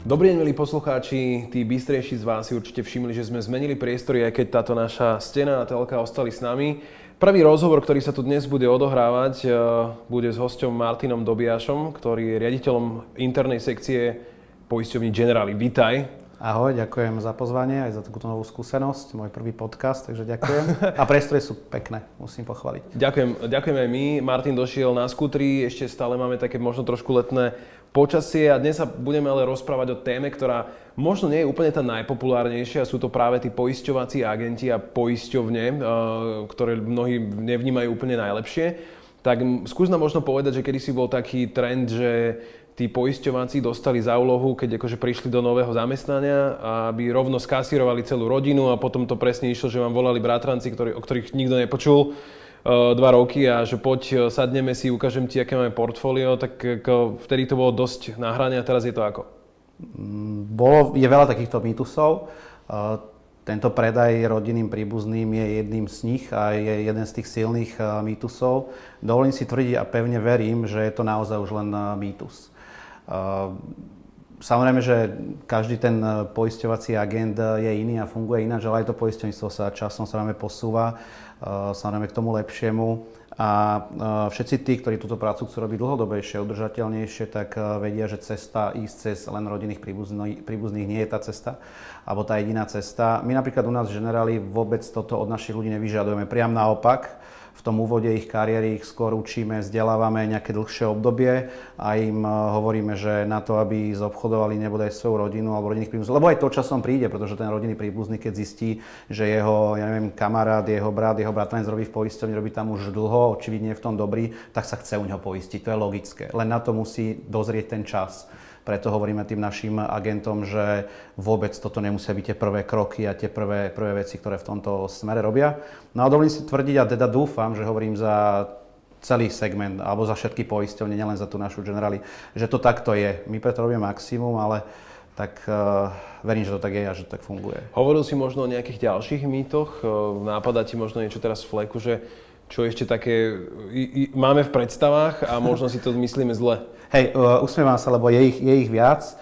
Dobrý deň, milí poslucháči, tí bystrejší z vás si určite všimli, že sme zmenili priestory, aj keď táto naša stena a telka ostali s nami. Prvý rozhovor, ktorý sa tu dnes bude odohrávať, bude s hosťom Martinom Dobiašom, ktorý je riaditeľom internej sekcie poisťovní Generali. Vítaj. Ahoj, ďakujem za pozvanie aj za takúto novú skúsenosť, môj prvý podcast, takže ďakujem. A priestory sú pekné, musím pochváliť. Ďakujem aj my. Martin došiel na skútri, ešte stále máme také možno trošku letné počasie a dnes sa budeme ale rozprávať o téme, ktorá možno nie je úplne tá najpopulárnejšia. Sú to práve tí poisťovací agenti a poisťovne, ktoré mnohí nevnímajú úplne najlepšie. Tak skús nám možno povedať, že kedysi bol taký trend, že tí poisťovací dostali za úlohu, keď akože prišli do nového zamestnania, aby rovno skasírovali celú rodinu a potom to presne išlo, že vám volali bratranci, o ktorých nikto nepočul 2 roky a že poď, sadneme si, ukážem ti, aké máme portfólio, tak vtedy to bolo dosť na hrane a teraz je to ako? Je veľa takýchto mýtusov. Tento predaj rodinným príbuzným je jedným z nich a je jeden z tých silných mýtusov. Dovolím si tvrdiť a pevne verím, že je to naozaj už len mýtus. Samozrejme, že každý ten poisťovací agent je iný a funguje ináč, ale aj to poisťovníctvo sa časom samozrejme posúva, samozrejme k tomu lepšiemu. A všetci tí, ktorí túto prácu chcú robiť dlhodobejšie, udržateľnejšie, tak vedia, že cesta ísť cez len rodinných príbuzných nie je tá cesta, alebo tá jediná cesta. My napríklad u nás v Generali vôbec toto od našich ľudí nevyžadujeme. Priam naopak, v tom úvode ich kariéry ich skôr učíme, vzdelávame nejaké dlhšie obdobie a im hovoríme, že na to, aby zobchodovali nebude aj svoju rodinu alebo rodinných príbuzných, lebo aj to časom príde, pretože ten rodinný príbuzný, keď zistí, že jeho, kamarát, jeho brat, jeho bratranec robí v poisťovni, robí tam už dlho, očividne je v tom dobrý, tak sa chce u neho poistiť. To je logické. Len na to musí dozrieť ten čas. Preto hovoríme tým našim agentom, že vôbec toto nemusia byť tie prvé kroky a tie prvé veci, ktoré v tomto smere robia. No a dovolím si tvrdiť a teda dúfam, že hovorím za celý segment alebo za všetky poisťovne, nielen za tú našu Generali, že to takto je. My preto robíme maximum, ale tak verím, že to tak je a že to tak funguje. Hovoril si možno o nejakých ďalších mýtoch? Nápadá ti možno niečo teraz v fleku, že čo ešte také máme v predstavách a možno si to myslíme zle? Hej, usmievam sa, lebo je ich viac.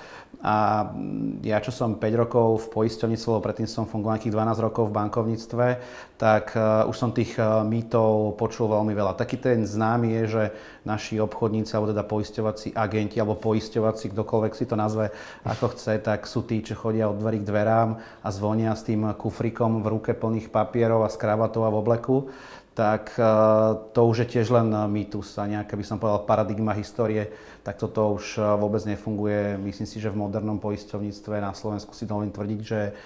A ja, čo som 5 rokov v poisťovníctve, lebo predtým som fungoval nejakých 12 rokov v bankovníctve, tak už som tých mýtov počul veľmi veľa. Taký ten známy je, že naši obchodníci, alebo teda poisťovací agenti, alebo poisťovací, kdokoľvek si to nazve ako chce, tak sú tí, čo chodia od dverí k dverám a zvonia s tým kufrikom v ruke plných papierov a s kravatou a v obleku. Tak to už je tiež len mýtus a nejaká, by som povedal, paradigma histórie, tak toto už vôbec nefunguje. Myslím si, že v modernom poisťovníctve na Slovensku si dovolím tvrdiť,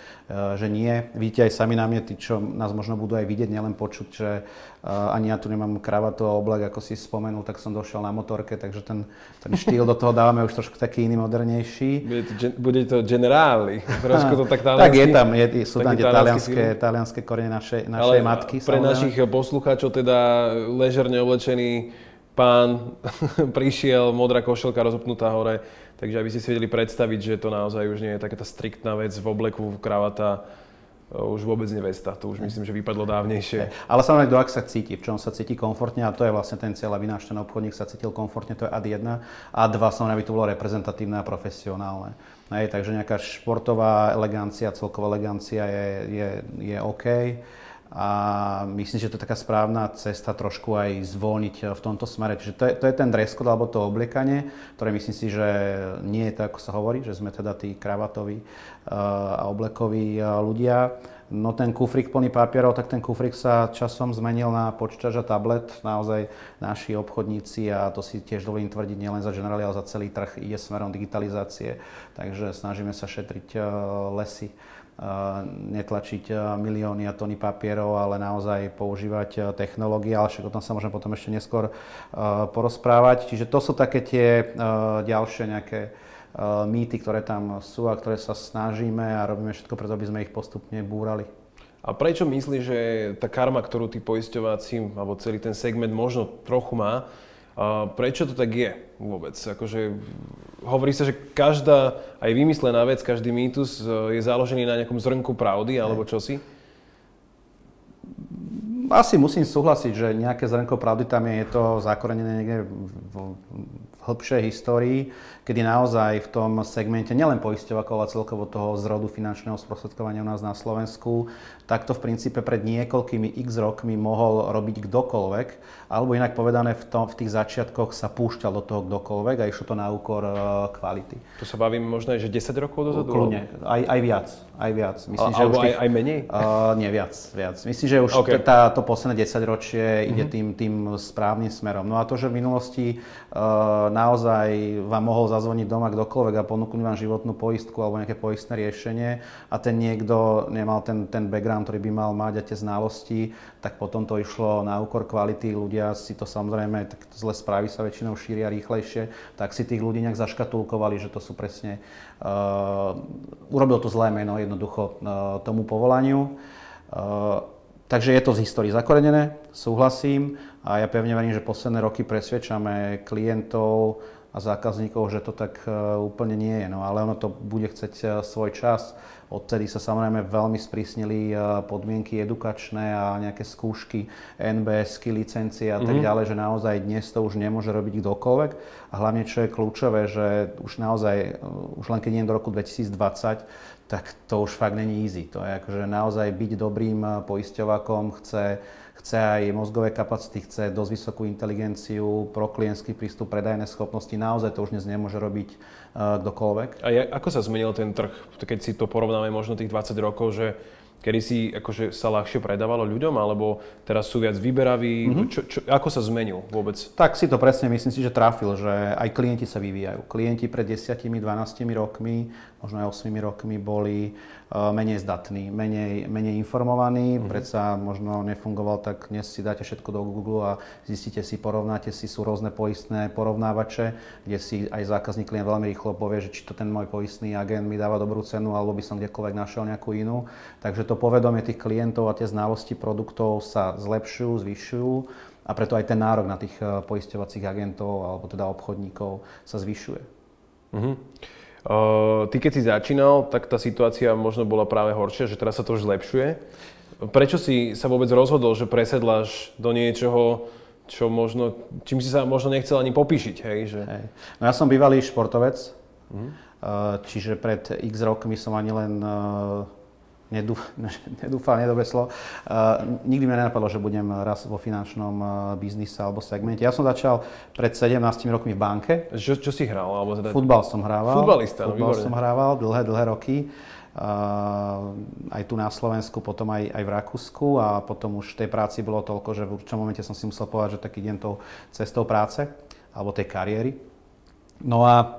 že nie. Vidíte aj sami na mne, tí, čo nás možno budú aj vidieť, nielen počuť, že ani ja tu nemám kravatu a oblek, ako si spomenul, tak som došiel na motorke, takže ten štýl do toho dávame už trošku taký iný, modernejší. Bude to Generali, trošku to tak taliansky. Tak je tam, sú tam tie talianské korene našej matky. Pre našich poslucháčov teda ležerne oblečený pán prišiel, modrá košelka rozopnutá hore, takže aby ste si vedeli predstaviť, že to naozaj už nie je taká tá striktná vec v obleku, kravata, už vôbec nevesta, to už myslím, že vypadlo dávnejšie. Ale samozrejme, kto ak sa cíti, v čom sa cíti komfortne, a to je vlastne ten cieľ, aby náš ten obchodník sa cítil komfortne, to je ad 1. A 2, samozrejme, aby to bolo reprezentatívne a profesionálne. Takže nejaká športová elegancia, celková elegancia je OK. A myslím, že to je taká správna cesta trošku aj zvolniť v tomto smere. Čiže to je ten dress code alebo to obliekanie, ktoré myslím si, že nie je to, ako sa hovorí, že sme teda tí kravatoví a oblekoví ľudia. No ten kufrík plný papierov, tak ten kufrík sa časom zmenil na počítač a tablet. Naozaj naši obchodníci, a to si tiež dovolím tvrdiť nielen za Generali, ale za celý trh, ide smerom digitalizácie. Takže snažíme sa šetriť lesy, netlačiť milióny a tony papierov, ale naozaj používať technológie, ale však o tom sa môžeme potom ešte neskôr porozprávať. Čiže to sú také tie ďalšie nejaké mýty, ktoré tam sú a ktoré sa snažíme a robíme všetko preto, aby sme ich postupne búrali. A prečo myslíš, že tá karma, ktorú tí poisťováci, alebo celý ten segment možno trochu má, prečo to tak je vôbec? Akože, hovorí sa, že každá aj vymyslená vec, každý mýtus je založený na nejakom zrnku pravdy, alebo čosi? Asi musím súhlasiť, že nejaké zrnko pravdy tam je to zakorenené niekde v hĺbšej histórii, kedy naozaj v tom segmente nielen poisťovateľov, ale celkovo toho zrodu finančného sprostredkovania u nás na Slovensku, tak to v princípe pred niekoľkými x rokmi mohol robiť kdokoľvek, alebo inak povedané v tých začiatkoch sa púšťal do toho kdokoľvek a išlo to na úkor kvality. Tu sa bavím možno, že 10 rokov dozadu? Kľudne, aj viac. Myslím, že alebo už aj menej? Nie, viac. Myslím, že už to posledné 10 ročie ide tým správnym smerom. No a to, že v minulosti naozaj vám mohol zazvoniť doma kdokoľvek a ponúknuť vám životnú poistku alebo nejaké poistné riešenie a ten niekto nemal ten background, ktorý by mal mať a tie znalosti, tak potom to išlo na úkor kvality. Ľudia si to samozrejme, tak zlé správy sa väčšinou šíria rýchlejšie, tak si tých ľudí nejak zaškatulkovali, že to sú presne, urobil to zlé meno jednoducho tomu povolaniu. Takže je to z histórii zakorenené, súhlasím a ja pevne verím, že posledné roky presvedčame klientov a zákazníkov, že to tak úplne nie je. No ale ono to bude chceť svoj čas. Odtedy sa samozrejme veľmi sprísnili podmienky edukačné a nejaké skúšky, NBS-ky, licencie a tak ďalej, že naozaj dnes to už nemôže robiť kdokoľvek. A hlavne, čo je kľúčové, že už naozaj, už len keď nie do roku 2020, tak to už fakt není easy. To je akože naozaj byť dobrým poisťovakom, chce aj mozgové kapacity, chce dosť vysokú inteligenciu, proklientský prístup, predajné schopnosti. Naozaj to už dnes nemôže robiť kdokoľvek. A ako sa zmenil ten trh, keď si to porovnáme možno tých 20 rokov, že kedy si akože sa ľahšie predávalo ľuďom, alebo teraz sú viac vyberaví? Ako sa zmenil vôbec? Tak si to presne myslím si, že trafil, že aj klienti sa vyvíjajú. Klienti pred 10-12 rokmi, možno aj 8 rokmi boli menej zdatní, menej informovaní. Predsa možno nefungoval, tak dnes si dáte všetko do Google a zistíte si, porovnáte si, sú rôzne poistné porovnávače, kde si aj zákazník klient veľmi rýchlo povie, že či to ten môj poistný agent mi dáva dobrú cenu, alebo by som kdekoľvek našiel nejakú inú. Takže to povedomie tých klientov a tie znalosti produktov sa zlepšujú, zvyšujú a preto aj ten nárok na tých poisťovacích agentov alebo teda obchodníkov sa zvyšuje. Ty keď si začínal, tak tá situácia možno bola práve horšia, že teraz sa to už zlepšuje. Prečo si sa vôbec rozhodol, že presedláš do niečoho, čím si sa možno nechcel ani popíšiť, hej? Hej. No ja som bývalý športovec, čiže pred x rokmi som ani len nedúfal, nedobeslo. Nikdy mi nenapadlo, že budem raz vo finančnom biznise alebo segmente. Ja som začal pred 17 rokmi v banke. Čo si hral? Alebo teda... Futbal som hrával. Futbalista, Futbal som hrával dlhé roky. Aj tu na Slovensku, potom aj v Rakúsku a potom už tej práci bolo toľko, že v určitom momente som si musel povedať, že tak idem tou cestou práce alebo tej kariéry. No a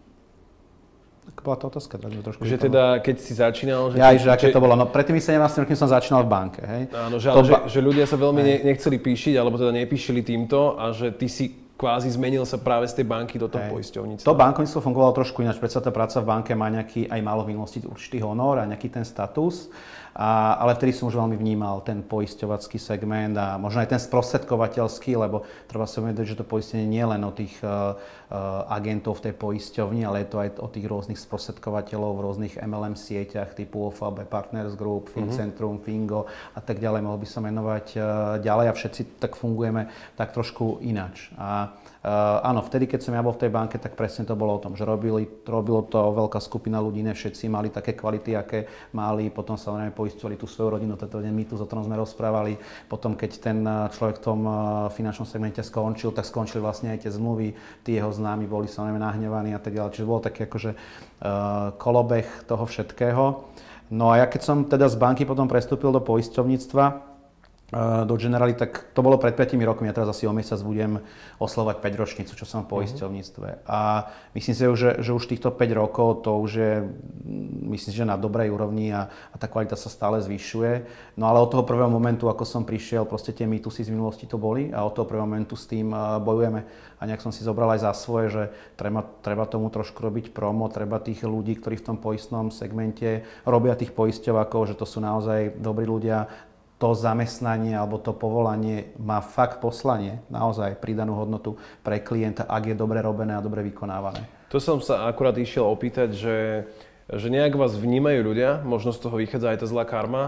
ako bola tá otázka? Že teda, keď si začínal... Aké to bolo? No pred tými 17 rokmi som začínal v banke, hej? Áno, že ľudia sa veľmi nechceli píšiť, alebo teda nepíšili týmto a že ty si kvázi zmenil sa práve z tej banky do toho poisťovníctva. To bankovníctvo fungovalo trošku ináč, predsa tá práca v banke má nejaký, aj málo v minulosti určitý honor a nejaký ten status. Ale vtedy som už veľmi vnímal ten poisťovací segment a možno aj ten sprostredkovateľský, lebo treba si uvedomiť, že to poistenie nie je len o tých agentov v tej poisťovni, ale je to aj o tých rôznych sprostredkovateľov v rôznych MLM sieťach typu OVB, Partners Group, Fincentrum, Fingo a tak ďalej. Mohol by som menovať ďalej a všetci tak fungujeme tak trošku ináč. Áno, vtedy, keď som ja bol v tej banke, tak presne to bolo o tom, že robilo to veľká skupina ľudí, ne všetci mali také kvality, aké mali, potom samozrejme poisťovali tú svoju rodinu, toto je mýtus, o ktorom sme rozprávali. Potom, keď ten človek v tom finančnom segmente skončil, tak skončili vlastne aj tie zmluvy, tí jeho známi boli samozrejme nahnevaní a tak ďalej. Čiže bol taký akože kolobeh toho všetkého. No a ja keď som teda z banky potom prestúpil do poisťovníctva, do Generali, tak to bolo pred 5 rokmi. Ja teraz asi o mesiac budem oslovať 5-ročnicu, čo som v poisťovníctve. A myslím si, že už týchto 5 rokov to už je, myslím si, že na dobrej úrovni a tá kvalita sa stále zvyšuje. No ale od toho prvého momentu, ako som prišiel, proste tie mýtusy z minulosti to boli a od toho prvého momentu s tým bojujeme. A nejak som si zobral aj za svoje, že treba tomu trošku robiť promo, treba tých ľudí, ktorí v tom poistnom segmente robia tých poisťovákov, že to sú naozaj dobrí ľudia. To zamestnanie alebo to povolanie má fakt poslanie, naozaj pridanú hodnotu pre klienta, ak je dobre robené a dobre vykonávané. To som sa akurát išiel opýtať, že nejak vás vnímajú ľudia, možno z toho vychádza aj tá zlá karma,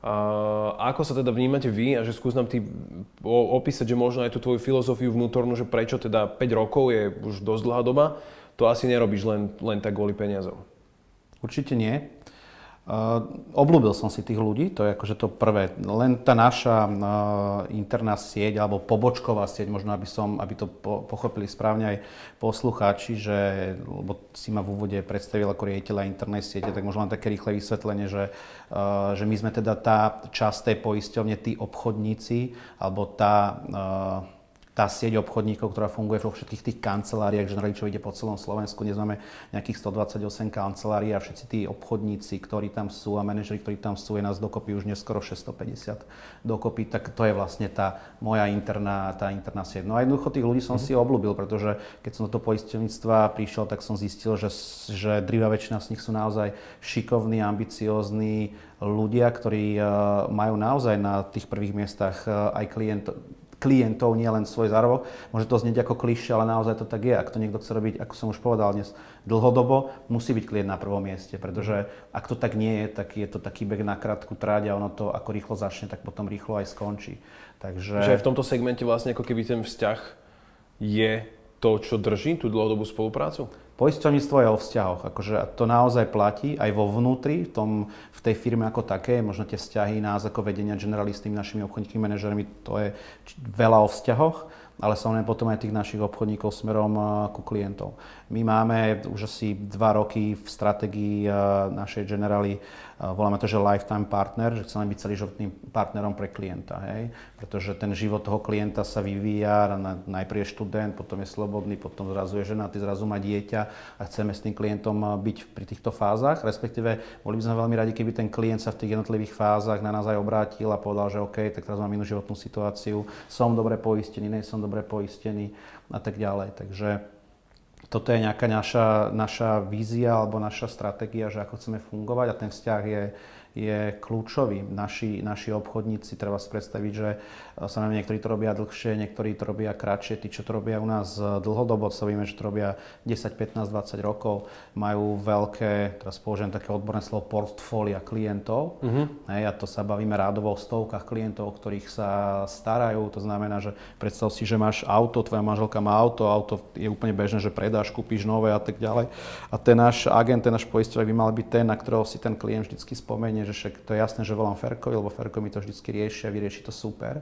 Ako sa teda vnímate vy a že skús nám ty opísať, že možno aj tú tvoju filozofiu vnútornú, že prečo teda 5 rokov je už dosť dlhá doba, to asi nerobíš len tak kvôli peniazom. Určite nie. Obľúbil som si tých ľudí, to je akože to prvé. Len tá naša interná sieť alebo pobočková sieť, možno aby to pochopili správne aj poslucháči, lebo si ma v úvode predstavil ako riaditeľa internej siete, tak možno len také rýchle vysvetlenie, že my sme teda tá časť tej poisťovne, tí obchodníci, alebo tá sieť obchodníkov, ktorá funguje vo všetkých tých kanceláriách, že čo ide po celom Slovensku. Dnes máme nejakých 128 kancelárií a všetci tí obchodníci, ktorí tam sú a manažeri, ktorí tam sú, je nás dokopy už neskoro 650 dokopy, tak to je vlastne tá moja interná sieť. No a jednoducho tých ľudí som si obľúbil, pretože keď som do toho poisťovníctva prišiel, tak som zistil, že drvivá väčšina z nich sú naozaj šikovní, ambiciózni ľudia, ktorí majú naozaj na tých prvých miestach aj klientov, nie len svoj zárobok. Môže to znieť ako klišé, ale naozaj to tak je. Ak to niekto chce robiť, ako som už povedal dnes, dlhodobo, musí byť klient na prvom mieste, pretože ak to tak nie je, tak je to taký beh na krátku tráť a ono to ako rýchlo začne, tak potom rýchlo aj skončí. Takže... Že v tomto segmente vlastne ako keby ten vzťah je to, čo drží tú dlhodobú spoluprácu? Poisťovníctvo je o vzťahoch, akože to naozaj platí aj vo vnútri, v tej firme ako také, možno tie vzťahy nás ako vedenia generalisty, našimi obchodníkmi, manažermi, to je veľa o vzťahoch, ale samozrejme potom aj tých našich obchodníkov smerom ku klientov. My máme už asi 2 roky v stratégii našej generály, voláme to, že lifetime partner, že chceme byť celoživotným partnerom pre klienta, hej? Pretože ten život toho klienta sa vyvíja, najprv je študent, potom je slobodný, potom zrazu je ženatý, zrazu má dieťa a chceme s tým klientom byť pri týchto fázach, respektíve boli by sme veľmi radi, keby ten klient sa v tých jednotlivých fázach na nás aj obrátil a povedal, že OK, tak teraz mám inú životnú situáciu, som dobre poistený, nie som dobre poistený a tak ďalej. Takže toto je nejaká naša vízia alebo naša stratégia, že ako chceme fungovať a ten vzťah je kľúčový. Naši obchodníci, treba si predstaviť, že sa nám niektorí to robia dlhšie, niektorí to robia kratšie, tí, čo to robia u nás dlhodobo, sa víme, že to robia 10, 15, 20 rokov, majú veľké, teraz použijem také odborné slovo, portfólia klientov. A to sa bavíme rádovo o stovkách klientov, o ktorých sa starajú. To znamená, že predstav si, že máš auto, tvoja manželka má auto je úplne bežné, že predáš, kúpiš nové a tak ďalej. A ten náš agent, ten náš poisťovník by mal byť ten, na ktorého si ten klient vždycky spomenie, že však to je jasné, že volám Ferkovi, lebo Ferko mi to vždycky rieši a vyrieši to super.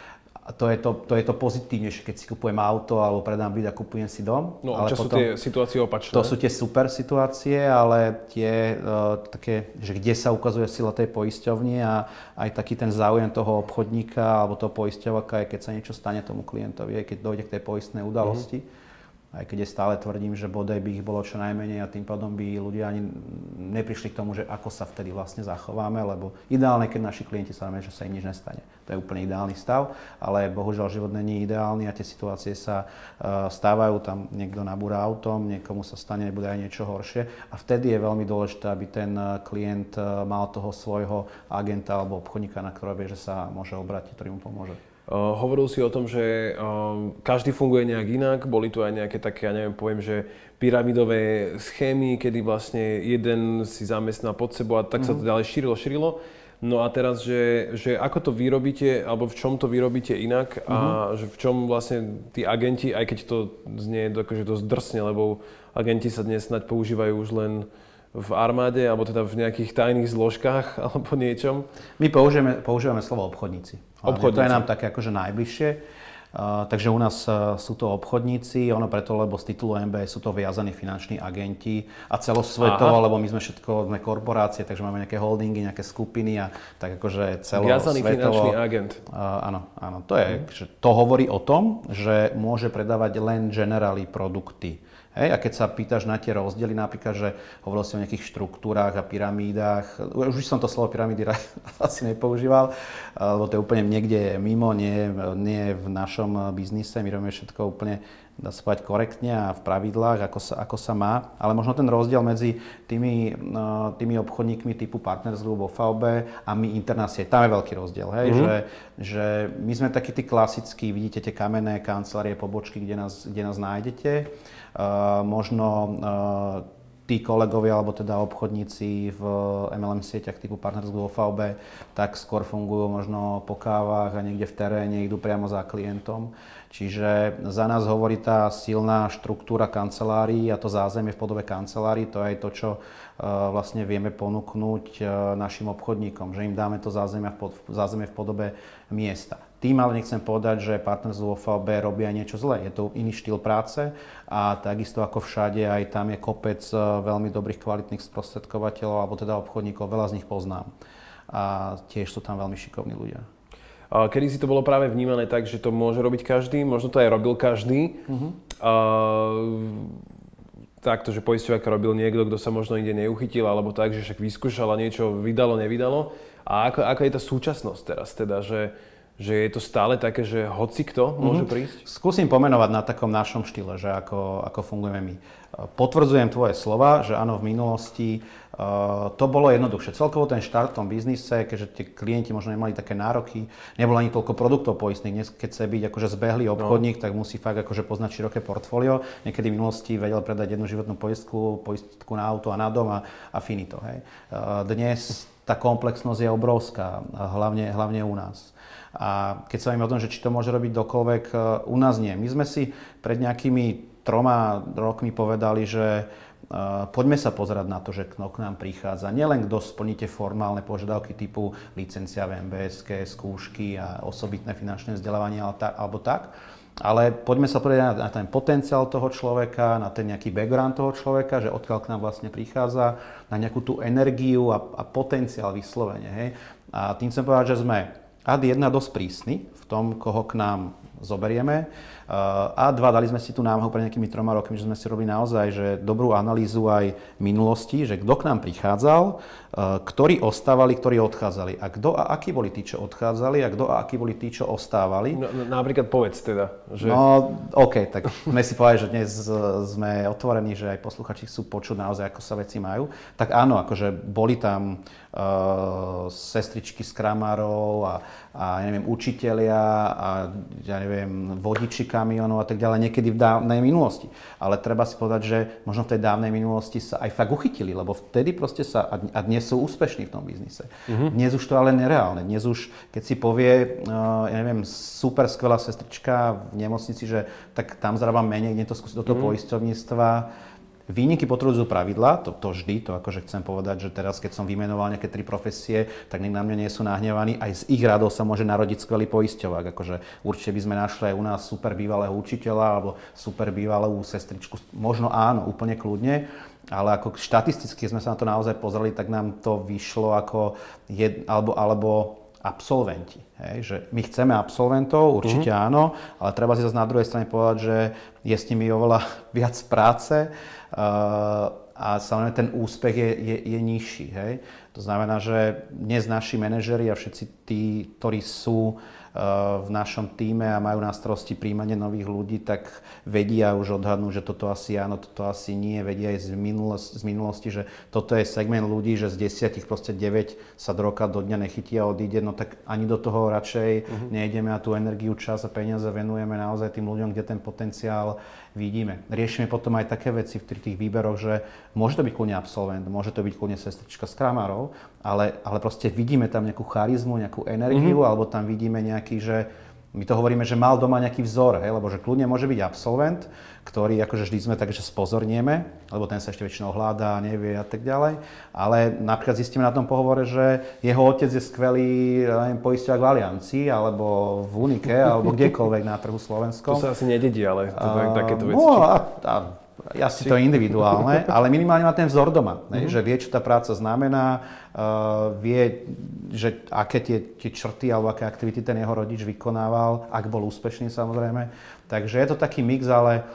A to je to pozitívnejšie, keď si kupujem auto alebo predám byt a kupujem si dom. No a čo sú tie situácie opačné? To sú tie super situácie, ale tie také, že kde sa ukazuje sila tej poisťovne a aj taký ten záujem toho obchodníka alebo toho poisťovateľa, keď sa niečo stane tomu klientovi, keď dojde k tej poistnej udalosti. Aj keď stále tvrdím, že bodaj by ich bolo čo najmenej a tým pádom by ľudia ani neprišli k tomu, že ako sa vtedy vlastne zachováme, lebo ideálne, keď naši klienti sa že sa im nič nestane. To je úplne ideálny stav, ale bohužiaľ život není ideálny a tie situácie sa stávajú, tam niekto nabúra autom, niekomu sa stane, bude aj niečo horšie a vtedy je veľmi dôležité, aby ten klient mal toho svojho agenta alebo obchodníka, na ktorého vie, že sa môže obrátiť, ktorý mu pomôže. Hovoril si o tom, že každý funguje nejak inak, boli tu aj nejaké také, ja neviem, poviem, že pyramidové schémy, kedy vlastne jeden si zamestná pod sebou a tak sa to ďalej šírilo. No a teraz, že ako to vyrobíte, alebo v čom to vyrobíte inak a že v čom vlastne tí agenti, aj keď to znie akože dosť drsne, lebo agenti sa dnes snáď používajú už len v armáde, alebo teda v nejakých tajných zložkách, alebo niečom? My používame slovo obchodníci. To je nám také akože najbližšie. Takže u nás sú to obchodníci, ono preto, lebo z titulu MBA sú to viazaní finanční agenti a celosvetovo, lebo my sme sme korporácie, takže máme nejaké holdingy, nejaké skupiny a tak akože celosvetovo. Viazaný finančný agent. Áno. To hovorí o tom, že môže predávať len generály produkty. Hej, a keď sa pýtaš na tie rozdiely, napríklad, že hovoril si o nejakých štruktúrách a pyramídach, už som to slovo pyramídy asi nepoužíval, lebo to je úplne niekde mimo, nie v našom biznise, my robíme všetko úplne, dá sa povedať, korektne a v pravidlách, ako sa má, ale možno ten rozdiel medzi tými obchodníkmi typu Partners Group, OVB a my interná sieť, tam je veľký rozdiel, hej, že my sme takí tí klasickí, vidíte tie kamenné kancelárie, pobočky, kde nás nájdete. Možno tí kolegovia, alebo teda obchodníci v MLM sieťach typu Partners Group VFB, tak skôr fungujú možno po kávach a niekde v teréne, idú priamo za klientom. Čiže za nás hovorí tá silná štruktúra kancelárií a to zázemie v podobe kancelárií, to je aj to, čo vlastne vieme ponúknuť našim obchodníkom, že im dáme to zázemie v podobe miesta. Tým ale nechcem povedať, že Partners vo VFB robia niečo zlé. Je to iný štýl práce a takisto ako všade, aj tam je kopec veľmi dobrých kvalitných sprostredkovateľov alebo teda obchodníkov, veľa z nich poznám. A tiež sú tam veľmi šikovní ľudia. Kedy si to bolo práve vnímané tak, že to môže robiť každý, možno to aj robil každý. Takto, že poisťovateľ robil niekto, kto sa možno inde neuchytil, alebo tak, že však vyskúšal a niečo vydalo, nevydalo. A ako je tá súčasnosť teraz teda, že je to stále také, že hocikto môže prísť? Skúsim pomenovať na takom našom štýle, že ako fungujeme my. Potvrdzujem tvoje slova, že áno, v minulosti to bolo jednoduchšie. Celkovo ten štart v tom biznise, keďže tie klienti možno nemali také nároky, nebolo ani toľko produktov poistných. Dnes, keď chce byť akože zbehlý obchodník, tak musí fakt akože poznať široké portfólio. Niekedy v minulosti vedel predať jednu životnú poistku na auto a na dom a finito. Hej. Dnes tá komplexnosť je obrovská, hlavne u nás. A keď sa bavíme o tom, že či to môže robiť kdokoľvek, u nás nie. My sme si pred nejakými 3 rokmi povedali, že poďme sa pozerať na to, že kto k nám prichádza. Nielen kto splní tie formálne požiadavky typu licencia v MBSK, skúšky a osobitné finančné vzdelávanie alebo tak, ale poďme sa pozrieť na ten potenciál toho človeka, na ten nejaký background toho človeka, že odkiaľ k nám vlastne prichádza, na nejakú tú energiu a potenciál vyslovene. Hej. A tým chcem povedať, že sme ad 1 dosť prísny v tom, koho k nám zoberieme. A 2, dali sme si tú námahu pred nejakými 3 rokmi, že sme si robili naozaj že dobrú analýzu aj minulosti, že kto k nám prichádzal, ktorí ostávali, ktorí odchádzali. A kto a akí boli tí, čo odchádzali a kto a akí boli tí, čo ostávali. No, napríklad povedz teda. Že... No, OK, tak sme si povedali, že dnes sme otvorení, že aj posluchači chcú počuť naozaj, ako sa veci majú. Tak áno, akože boli tam sestričky z kramárov a ja neviem, učitelia a ja neviem, vodiči kamionov a tak ďalej, niekedy v dávnej minulosti. Ale treba si povedať, že možno v tej dávnej minulosti sa aj fakt uchytili, lebo vtedy proste a dnes sú úspešní v tom biznise. Dnes už to ale nereálne. Dnes už, keď si povie, ja neviem, super skvelá sestrička v nemocnici, že tak tam zarábam menej, idem to skúsiť do toho poisťovníctva. Výniky potvrdzujú pravidlá, to vždy, to akože chcem povedať, že teraz keď som vymenoval nejaké 3 profesie, tak nech na mňa nie sú nahnevaní, aj z ich radov sa môže narodiť skvelý poisťovák, akože určite by sme našli aj u nás super bývalého učiteľa alebo super bývalú sestričku, možno áno, úplne kľudne, ale ako štatisticky sme sa na to naozaj pozreli, tak nám to vyšlo ako alebo absolventi. Hej? Že my chceme absolventov, určite áno, ale treba si zase na druhej strane povedať, že je s nimi oveľa viac práce a samozrejme ten úspech je nižší. Hej? To znamená, že dnes naši manažeri a všetci tí, ktorí sú v našom tíme a majú na starosti príjmanie nových ľudí, tak vedia už odhadnúť, že toto asi áno, toto asi nie. Vedia aj z minulosti, že toto je segment ľudí, že z 10 proste 9 sa do roka do dňa nechytí a odíde, no tak ani do toho radšej nejdeme a tú energiu, čas a peniaze venujeme naozaj tým ľuďom, kde ten potenciál vidíme. Riešime potom aj také veci v tých výberoch, že môže to byť kľudne absolvent, môže to byť kľudne sestrička z kramárov, ale proste vidíme tam nejakú charizmu, nejakú energiu, alebo tam vidíme nejaký, že my to hovoríme, že mal doma nejaký vzor, hej, lebo že kľudne môže byť absolvent, ktorý akože vždy sme tak, že spozornieme, lebo ten sa ešte väčšinou hľadá, nevie a tak ďalej, ale napríklad zistíme na tom pohovore, že jeho otec je skvelý poisťovák v Aliancii, alebo v Unike, alebo kdekoľvek na trhu slovenskom. To sa asi nededí, ale takéto veci. No asi to je individuálne, ale minimálne má ten vzor doma, že vie, čo tá práca znamená, vie, že aké tie črty alebo aké aktivity ten jeho rodič vykonával, ak bol úspešný samozrejme. Takže je to taký mix, ale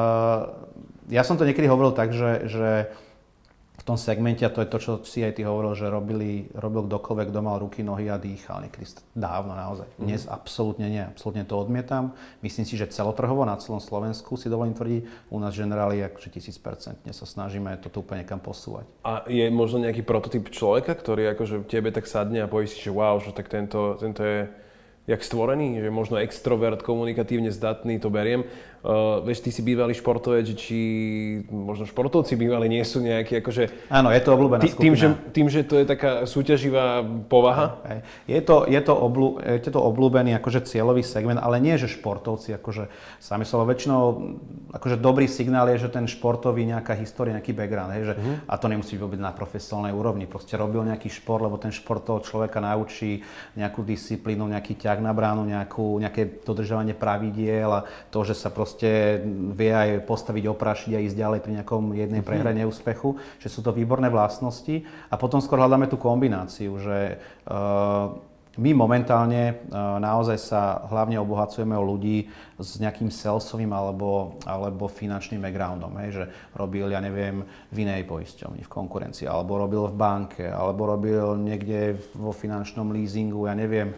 ja som to niekedy hovoril tak, že v tom segmente, a to je to, čo si aj ty hovoril, že robil kdokoľvek, kto mal ruky, nohy a dýchal. Niekedy dávno naozaj. Dnes absolútne nie. Absolútne to odmietam. Myslím si, že celotrhovo na celom Slovensku si dovolím tvrdiť, u nás generáli akože 1000%. Dnes sa snažíme toto úplne kam posúvať. A je možno nejaký prototyp človeka, ktorý akože tebe tak sadne a povie si, že wow, že tak tento je jak stvorený, že možno extrovert, komunikatívne zdatný, to beriem. vieš, ty si bývalý športovec, či možno športovci bývali nie sú nejakí akože... Áno, je to obľúbená skupina. Tým, že to je taká súťaživá povaha? Je to obľúbený akože cieľový segment, ale nie, že športovci akože sami sa, väčšinou akože dobrý signál je, že ten športový nejaká história, nejaký background, hej, že, a to nemusí byť vôbec na profesionálnej úrovni, proste robil nejaký šport, lebo ten šport toho človeka naučí nejakú disciplínu, nejaký ťah na bránu, nejaké dodržovanie pravidiel a to, že sa proste vie aj postaviť, oprášiť a ísť ďalej pri nejakom jednej prehre neúspechu, že sú to výborné vlastnosti a potom skôr hľadáme tú kombináciu, že my momentálne naozaj sa hlavne obohacujeme o ľudí s nejakým salesovým alebo finančným backgroundom, hej, že robil, ja neviem, v inej poisťovni, v konkurencii, alebo robil v banke, alebo robil niekde vo finančnom leasingu, ja neviem.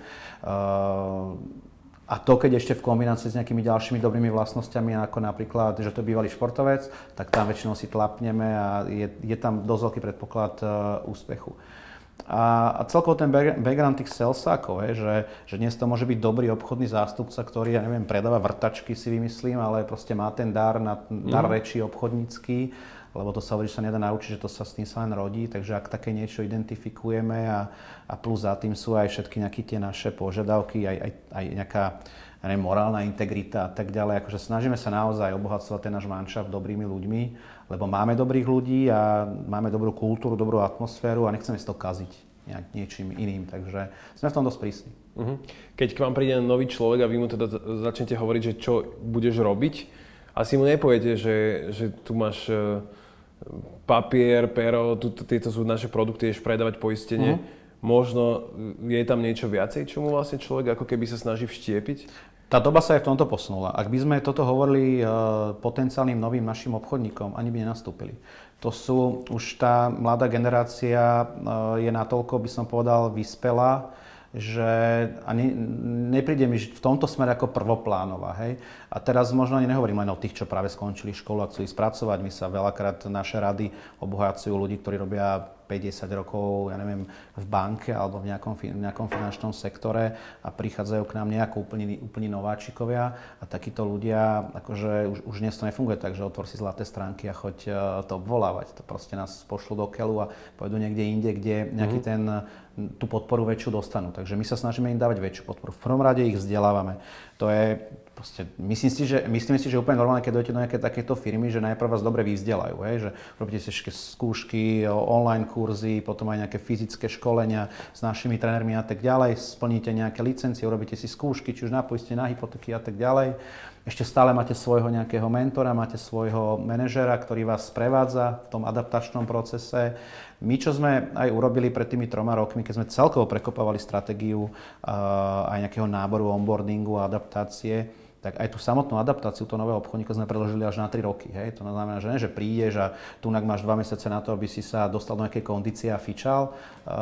A to, keď ešte v kombinácii s nejakými ďalšími dobrými vlastnosťami, ako napríklad, že to je bývalý športovec, tak tam väčšinou si tlapneme a je tam dosť veľký predpoklad úspechu. A celkovo ten background tých salesákov, že dnes to môže byť dobrý obchodný zástupca, ktorý, ja neviem, predáva vrtačky, si vymyslím, ale proste má ten dar reči obchodnícky, lebo to sa hovorí, že sa nedá naučiť, že to sa s tým sa len rodí, takže ak také niečo identifikujeme a plus za tým sú aj všetky nejaké tie naše požiadavky, aj nejaká morálna integrita a tak ďalej, akože snažíme sa naozaj obohacovať ten náš manšaft dobrými ľuďmi, lebo máme dobrých ľudí a máme dobrú kultúru, dobrú atmosféru a nechceme si to kaziť niečím iným, takže sme v tom dosť prísni. Keď k vám príde nový človek a vy mu teda začnete hovoriť, že čo budeš robiť, asi mu nepoviete, že tu máš papier, pero, tieto sú naše produkty, ideš predávať poistenie. Možno je tam niečo viacej, čo mu vlastne človek ako keby sa snaží vštiepiť? Tá doba sa aj v tomto posunula. Ak by sme toto hovorili potenciálnym novým našim obchodníkom, ani by nenastúpili. To sú, už tá mladá generácia je natoľko, by som povedal, vyspelá, že nepríde mi v tomto smere ako prvoplánová, hej. A teraz možno ani nehovorím len o tých, čo práve skončili školu a chcú ísť pracovať. My sa veľakrát naše rady obohacujú ľudí, ktorí robia 50 rokov, ja neviem, v banke alebo v nejakom finančnom sektore a prichádzajú k nám nejako úplne nováčikovia a takíto ľudia, akože už dnes to nefunguje tak, že otvor si zlaté stránky a choď to obvolávať. To proste nás pošlú do keľu a pôjdu niekde inde, kde nejaký tú podporu väčšiu dostanú. Takže my sa snažíme im dávať väčšiu podporu. V prvom rade ich vzdelávame. To je proste, myslím si, že úplne normálne, keď dojdete do nejaké takéto firmy, že najprv vás dobre vyvzdelajú, hej, že robíte si všetky skúšky, online kurzy, potom aj nejaké fyzické školenia s našimi trénermi a tak ďalej, splníte nejaké licencie, urobíte si skúšky, či už na poistenie, na hypotéky a tak ďalej. Ešte stále máte svojho nejakého mentora, máte svojho manažera, ktorý vás sprevádza v tom adaptačnom procese. My, čo sme aj urobili pred tými 3 rokmi, keď sme celkovo prekopávali stratégiu aj nejakého náboru, onboardingu a adaptácie, tak aj tú samotnú adaptáciu toho nového obchodníka sme predložili až na 3 roky. Hej? To znamená, že nie, že prídeš a tu máš 2 mesiace na to, aby si sa dostal do nejakej kondície a fičal.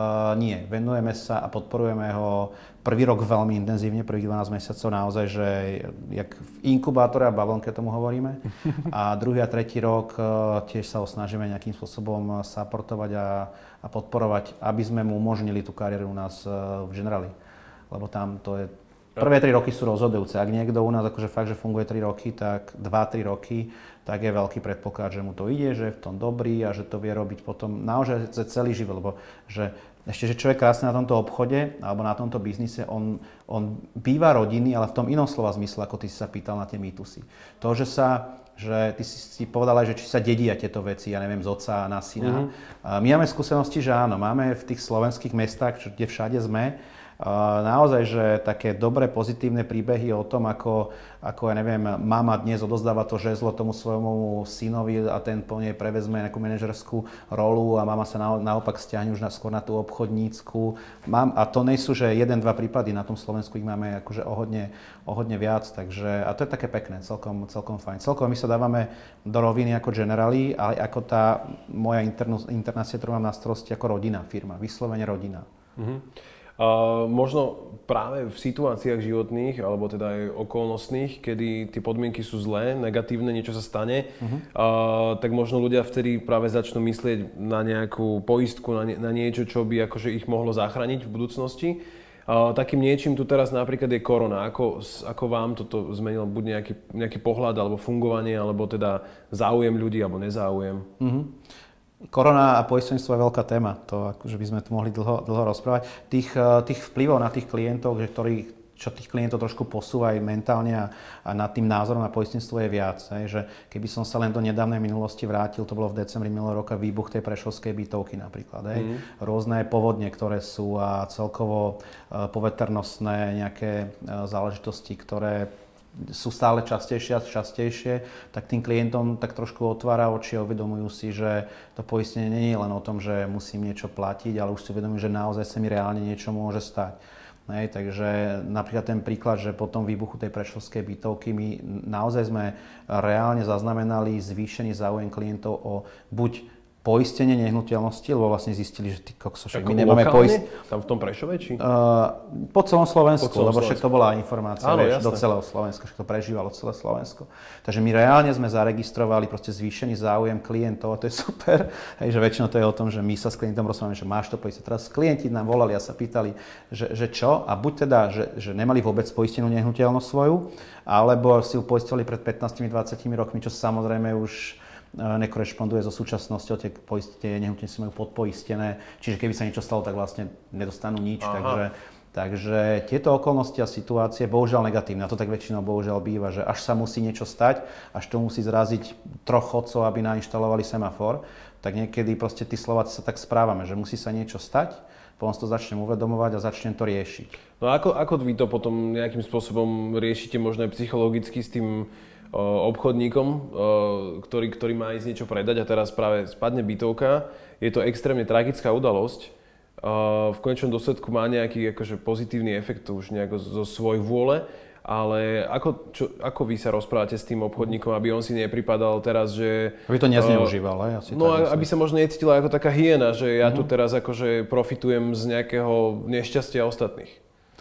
Nie, venujeme sa a podporujeme ho prvý rok veľmi intenzívne, prvých 12 mesiacov naozaj, že jak v inkubátore a bavlnke tomu hovoríme. A druhý a tretí rok tiež sa ho snažíme nejakým spôsobom supportovať a podporovať, aby sme mu umožnili tú kariéru u nás v Generali. Lebo tam to je... Prvé 3 roky sú rozhodujúce. Ak niekto u nás akože fakt, že funguje 3 roky, tak 2-3 roky, tak je veľký predpoklad, že mu to ide, že je v tom dobrý a že to vie robiť potom naozaj celý život. Lebo že ešte, že čo je krásne na tomto obchode alebo na tomto biznise, on býva rodinný, ale v tom inom slova zmysle, ako ty si sa pýtal na tie mýtusy. To, že ty si povedal aj, že či sa dedia tieto veci, ja neviem, z otca na syna. My máme skúsenosti, že áno, máme v tých slovenských mestách, kde všade sme, naozaj, že také dobré, pozitívne príbehy o tom, ako ja neviem, mama dnes odozdáva to žezlo tomu svojmu synovi a ten po nej prevezme nejakú manažerskú rolu a mama sa naopak stiahne už skôr na tú obchodnícku. A to nejsú, že 1-2 prípady, na tom Slovensku ich máme akože o hodne viac, takže a to je také pekné, celkom fajn. Celkom my sa dávame do roviny ako Generali, ale ako tá moja internácia, ktorú mám na starosti ako rodina, firma, vyslovene rodina. Možno práve v situáciách životných, alebo teda aj okolnostných, kedy tie podmienky sú zlé, negatívne, niečo sa stane, tak možno ľudia vtedy práve začnú myslieť na nejakú poistku, na niečo, čo by akože ich mohlo zachrániť v budúcnosti. Takým niečím tu teraz napríklad je korona. Ako vám toto zmenilo buď nejaký pohľad, alebo fungovanie, alebo teda záujem ľudí, alebo nezáujem? Korona a poistenstvo je veľká téma. To akože by sme tu mohli dlho rozprávať. Tých vplyvov na tých klientov, čo tých klientov trošku posúva aj mentálne a nad tým názorom na poistenstvo je viac. Že keby som sa len do nedávnej minulosti vrátil, to bolo v decembri minulého roka výbuch tej prešovskej bytovky napríklad. Rôzne povodne, ktoré sú a celkovo poveternostné nejaké záležitosti, ktoré sú stále častejšie a častejšie, tak tým klientom tak trošku otvára oči a uvedomujú si, že to poistenie nie je len o tom, že musím niečo platiť, ale už si uvedomujú, že naozaj sa mi reálne niečo môže stať. Takže napríklad ten príklad, že po tom výbuchu tej prešovskej bytovky my naozaj sme reálne zaznamenali zvýšený záujem klientov o buď poistenie nehnuteľnosti, lebo vlastne zistili, že my nemáme poistenie. Tam v tom Prešove, či? Po celom Slovensku, lebo však to bola informácia do celého Slovenska, však to prežívalo celé Slovensko. Takže my reálne sme zaregistrovali proste zvýšený záujem klientov a to je super, že väčšinou to je o tom, že my sa s klientom rozprávame, že máš to poistiť. Teraz klienti nám volali a sa pýtali, že čo, a buď teda, že nemali vôbec poistenú nehnuteľnosť svoju, alebo si ju poistovali pred 15-20 rokmi, čo samozrejme už nekorešponduje so súčasnosťou, tie nehnuteľnosti majú podpoistené, čiže keby sa niečo stalo, tak vlastne nedostanú nič. Takže tieto okolnosti a situácie, bohužiaľ negatívne, a to tak väčšinou bohužiaľ býva, že až sa musí niečo stať, až to musí zraziť troch chodcov, aby nainštalovali semafor, tak niekedy proste tí Slováci sa tak správame, že musí sa niečo stať, potom si to začnem uvedomovať a začnem to riešiť. No ako vy to potom nejakým spôsobom riešite, možno aj psychologicky s tým obchodníkom, ktorý má ísť niečo predať a teraz práve spadne bytovka. Je to extrémne tragická udalosť. V konečnom dôsledku má nejaký akože pozitívny efekt už nejako zo svojej vôle, ale ako vy sa rozprávate s tým obchodníkom, aby on si nepripadal teraz, že... Aby to nezneužíval, aj? Aby sa možno necítila ako taká hyena, že ja tu teraz akože profitujem z nejakého nešťastia ostatných.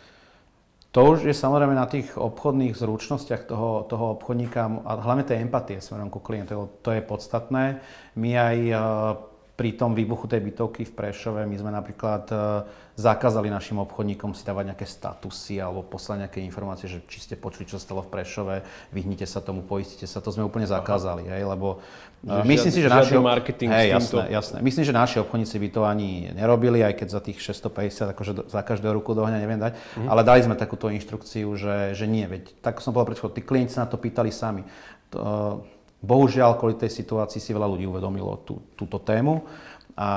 To už je samozrejme na tých obchodných zručnostiach toho obchodníka a hlavne tej empatie smerom ku klientovi. To je podstatné. My aj pri tom výbuchu tej bytovky v Prešove my sme napríklad zakázali našim obchodníkom si dávať nejaké statusy alebo poslať nejaké informácie, že či ste počuli, čo stalo v Prešove, vyhnite sa tomu, poistite sa. To sme úplne zakázali, lebo myslím si, že naši marketing jasné. Myslím, že naši obchodníci by to ani nerobili, aj keď za tých 650 akože za každého ruku do ohňa neviem dať, ale dali sme takúto inštrukciu, že nie, veď tak som povedal predtým, tí klienti sa na to pýtali sami. Bohužiaľ, kvôli tej situácii si veľa ľudí uvedomilo túto tému a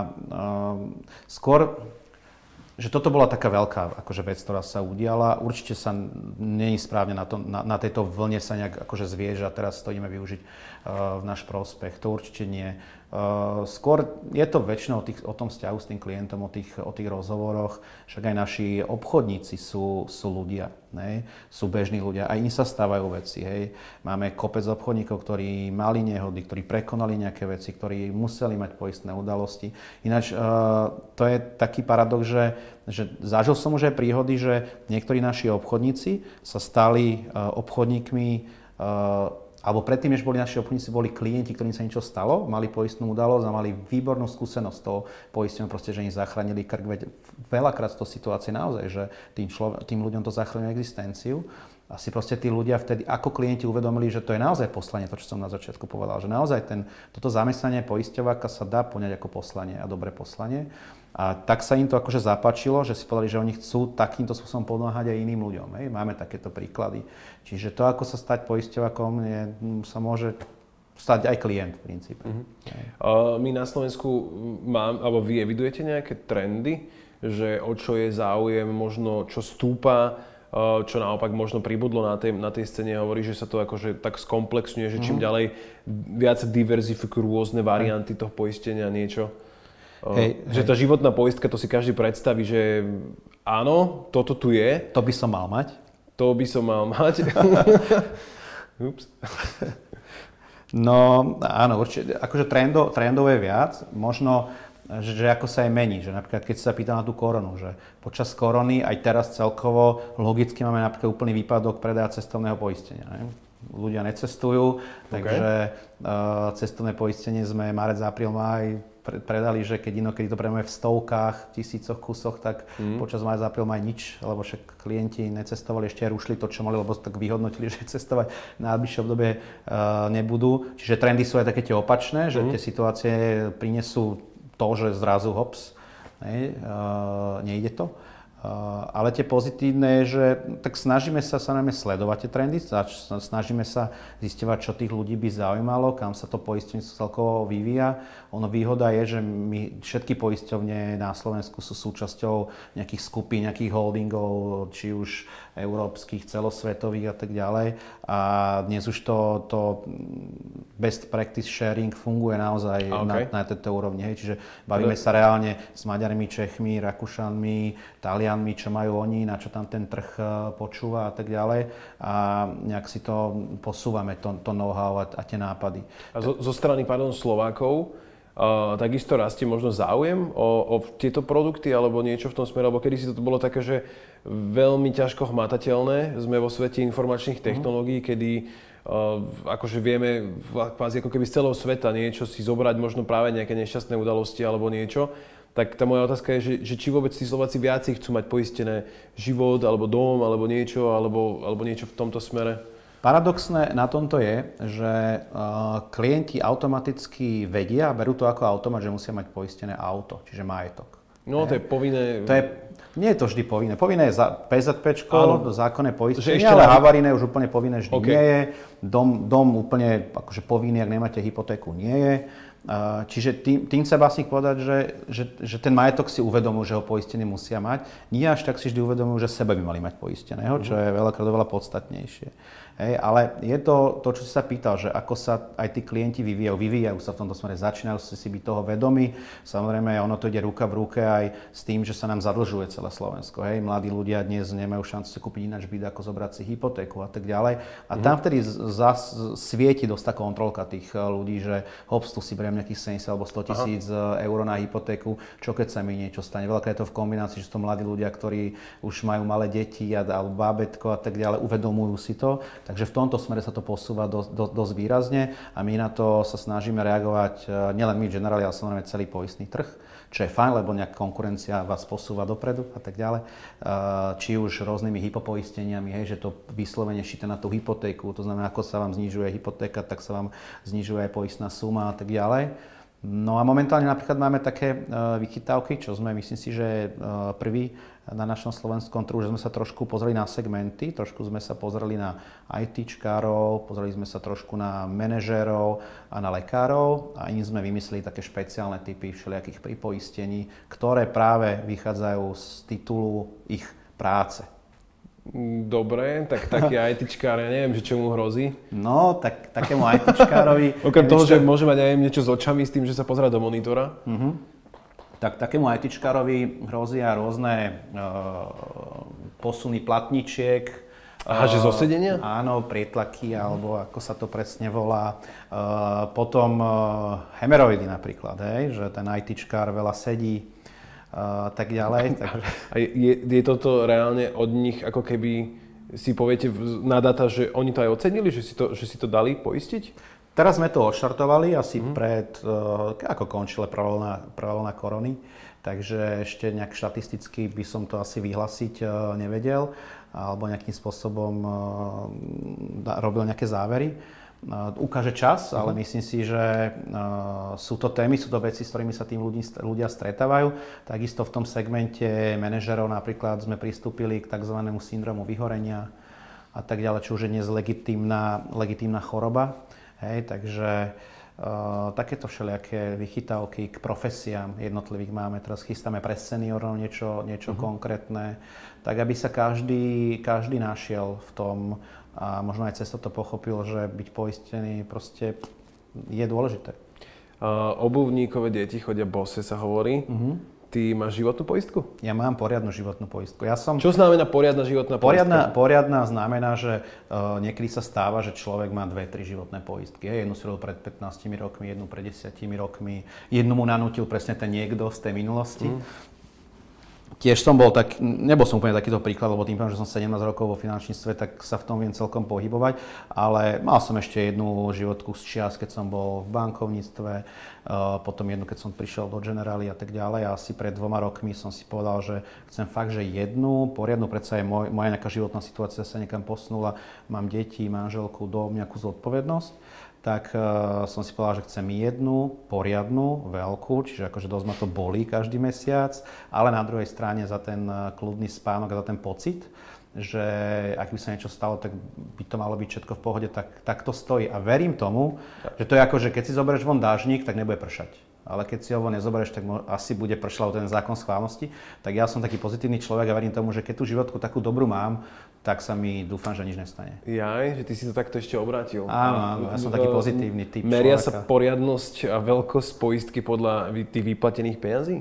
skôr, že toto bola taká veľká akože vec, ktorá sa udiala. Určite sa nie je správne na tejto vlne sa nejak akože zviež a teraz to ideme využiť v náš prospech. To určite nie. Skôr je to väčšinou o tom vzťahu s tým klientom, o tých rozhovoroch, však aj naši obchodníci sú ľudia, sú bežní ľudia, aj im sa stávajú veci. Máme kopec obchodníkov, ktorí mali nehody, ktorí prekonali nejaké veci, ktorí museli mať poistné udalosti. Ináč to je taký paradox, že zažil som už aj príhody, že niektorí naši obchodníci sa stali obchodníkmi alebo predtým, než boli naši obchodníci, boli klienti, ktorým sa niečo stalo, mali poistnú udalosť a mali výbornú skúsenosť z toho poistenia, proste, že im zachránili krk. Veď veľakrát to situácie naozaj, že tým ľuďom to zachránili existenciu. A si proste tí ľudia vtedy ako klienti uvedomili, že to je naozaj poslanie, to, čo som na začiatku povedal, že naozaj toto zamestnanie poisťováka sa dá poňať ako poslanie a dobré poslanie. A tak sa im to akože zapáčilo, že si povedali, že oni chcú takýmto spôsobom pomáhať aj iným ľuďom. Máme takéto príklady. Čiže to, ako sa stať poisťovakom, sa môže stať aj klient v princípe. My na Slovensku alebo vy evidujete nejaké trendy, že o čo je záujem, možno čo stúpa, čo naopak možno pribudlo na tej scéne, hovorí, že sa to akože tak skomplexňuje, že čím ďalej viac diverzifikujú rôzne varianty toho poistenia, niečo. Že tá životná poistka, to si každý predstaví, že áno, toto tu je. To by som mal mať. To by som mal mať. Ups. No áno, určite, akože trendov je viac, možno, že ako sa aj mení, že napríklad keď sa pýta na tú koronu, že počas korony aj teraz celkovo logicky máme napríklad úplný výpadok predaja cestovného poistenia. ľudia necestujú, takže cestovné poistenie sme marec, apríl, máj predali, že keď inokedy to predame v stovkách, tisícoch kusoch, tak počas marec, apríl, máj nič, lebo však klienti necestovali, ešte aj rušili to, čo mali, lebo tak vyhodnotili, že cestovať na najbližšie obdobie nebudú. Čiže trendy sú aj také tie opačné, že tie situácie prinesú to, že zrazu hops, nejde to. Ale tie pozitívne je, že tak snažíme sa najmä sledovať tie trendy, snažíme sa zisťovať, čo tých ľudí by zaujímalo, kam sa to poisťovníctvo celkovo vyvíja. Ono výhoda je, že my všetky poisťovne na Slovensku sú súčasťou nejakých skupín, nejakých holdingov, či už európskych, celosvetových a tak ďalej. A dnes už to best practice sharing funguje naozaj na tejto úrovni. Čiže bavíme sa reálne s Maďarmi, Čechmi, Rakúšanmi, Talianmi, čo majú oni, na čo tam ten trh počúva a tak ďalej. A nejak si to posúvame, to know-how a tie nápady. A zo strany Slovákov takisto rastie možno záujem o tieto produkty alebo niečo v tom smere, alebo kedy si to bolo také, že veľmi ťažko hmatateľné. Sme vo svete informačných technológií, kedy akože vieme kvázi ako keby z celého sveta niečo si zobrať, možno práve nejaké nešťastné udalosti alebo niečo. Tak tá moja otázka je, že či vôbec tí Slováci viaci chcú mať poistené život alebo dom alebo niečo v tomto smere? Paradoxné na tomto je, že klienti automaticky vedia, berú to ako automat, že musia mať poistené auto, čiže majetok. No, to je povinné. Nie je to vždy povinné. Povinné je PZPčko, zákonné poistenie, ale havarijné už úplne povinné vždy nie je. Dom úplne akože povinný, ak nemáte hypotéku, nie je. Čiže tým chce vlastník povedať, že ten majetok si uvedomujú, že ho poistený musia mať. Nie až tak si vždy uvedomujú, že sebe by mali mať poisteného, čo je veľakrát oveľa podstatnejšie. Ale je to, čo si sa pýtal, že ako sa aj tí klienti vyvíjajú sa v tomto smere, začínajú si byť toho vedomí. Samozrejme, ono to ide ruka v ruke aj s tým, že sa nám zadlžuje celé Slovensko. Mladí ľudia dnes nemajú šancu si kúpiť ináč byt, ako zobrať si hypotéku a tak ďalej. A tam vtedy svieti dosť tá kontrolka tých ľudí, že hops, tu si beriem nejakých 70 alebo 100 000 eur na hypotéku, čo keď sa mi niečo stane. Veľakrát je to v kombinácii, že sú to mladí ľudia, ktorí už majú malé deti alebo bábätko a tak ďalej, uvedomujú si to. Takže v tomto smere sa to posúva dosť výrazne a my na to sa snažíme reagovať nielen my generáli, ale samozrejme celý poistný trh, čo je fajn, lebo nejaká konkurencia vás posúva dopredu a tak ďalej. Či už rôznymi hypopoisteniami, že to vyslovene šíte na tú hypotéku, to znamená, ako sa vám znižuje hypotéka, tak sa vám znižuje aj poistná suma a tak ďalej. No a momentálne napríklad máme také vychytávky, čo sme, myslím si, že prvý na našom slovenskom trhu, že sme sa trošku pozreli na segmenty, trošku sme sa pozreli na ITčkárov, pozreli sme sa trošku na manažérov a na lekárov a im sme vymysleli také špeciálne typy všelijakých pripoistení, ktoré práve vychádzajú z titulu ich práce. Dobre, tak taký ITčkár, ja neviem, že čo mu hrozí. No, tak takému ITčkárovi... Okrem toho, že môže mať, neviem, niečo s očami s tým, že sa pozerá do monitora. Tak takému ITčkárovi hrozia rôzne posuny platničiek. Aha, že zo sedenia? Áno, prietlaky, alebo ako sa to presne volá. Potom hemeroidy napríklad, že ten ITčkár veľa sedí. Tak ďalej. A je toto reálne od nich, ako keby si poviete na data, že oni to aj ocenili, že si to dali poistiť? Teraz sme to odštartovali asi ako končila prvá vlna korony, takže ešte nejak štatisticky by som to asi vyhlasiť nevedel, alebo nejakým spôsobom robil nejaké závery. Ukáže čas, ale myslím si, že sú to témy, sú to veci, s ktorými sa tým ľudia stretávajú. Takisto v tom segmente manažerov napríklad sme pristúpili k tzv. Syndromu vyhorenia a tak ďalej, čo už je dnes legitímna choroba. Takže takéto všelijaké vychytávky k profesiám jednotlivých máme. Teraz chystáme pre seniorov niečo konkrétne, tak aby sa každý našiel v tom a možno aj cez to pochopil, že byť poistený proste je dôležité. Obuvníkové deti chodia bose, sa hovorí. Ty máš životnú poistku? Ja mám poriadnu životnú poistku. Čo znamená poriadna životná poistka? Poriadna znamená, že niekedy sa stáva, že človek má 2-3 životné poistky. Jednu si robil pred 15 rokmi, jednu pred 10 rokmi, jednu mu nanútil presne ten niekto z tej minulosti. Tiež som bol tak, nebol som úplne takýto príklad, lebo tým, že som 17 rokov vo finančníctve, tak sa v tom viem celkom pohybovať, ale mal som ešte jednu životku z čias, keď som bol v bankovníctve, potom jednu, keď som prišiel do Generali a tak ďalej, a asi pred 2 rokmi som si povedal, že chcem fakt, že jednu poriadnu, predsa je moja nejaká životná situácia sa niekam posunula, mám deti, manželku, dom, nejakú zodpovednosť. Tak som si povedal, že chcem jednu poriadnu, veľkú, čiže akože dosť ma to bolí každý mesiac, ale na druhej strane za ten kľudný spánok a za ten pocit, že ak by sa niečo stalo, tak by to malo byť všetko v pohode, tak to stojí. A verím tomu, že to je ako, že keď si zoberieš von dážnik, tak nebude pršať. Ale keď si ho nezoberieš, tak asi bude pršať, lebo ten zákon schválnosti. Tak ja som taký pozitívny človek a verím tomu, že keď tú životku takú dobrú mám, tak sa mi dúfam, že nič nestane. Jaj, že ty si to takto ešte obrátil. Áno, ja som taký pozitívny typ Meria človeka. sa poriadnosť a veľkosť poistky podľa tých vyplatených peňazí?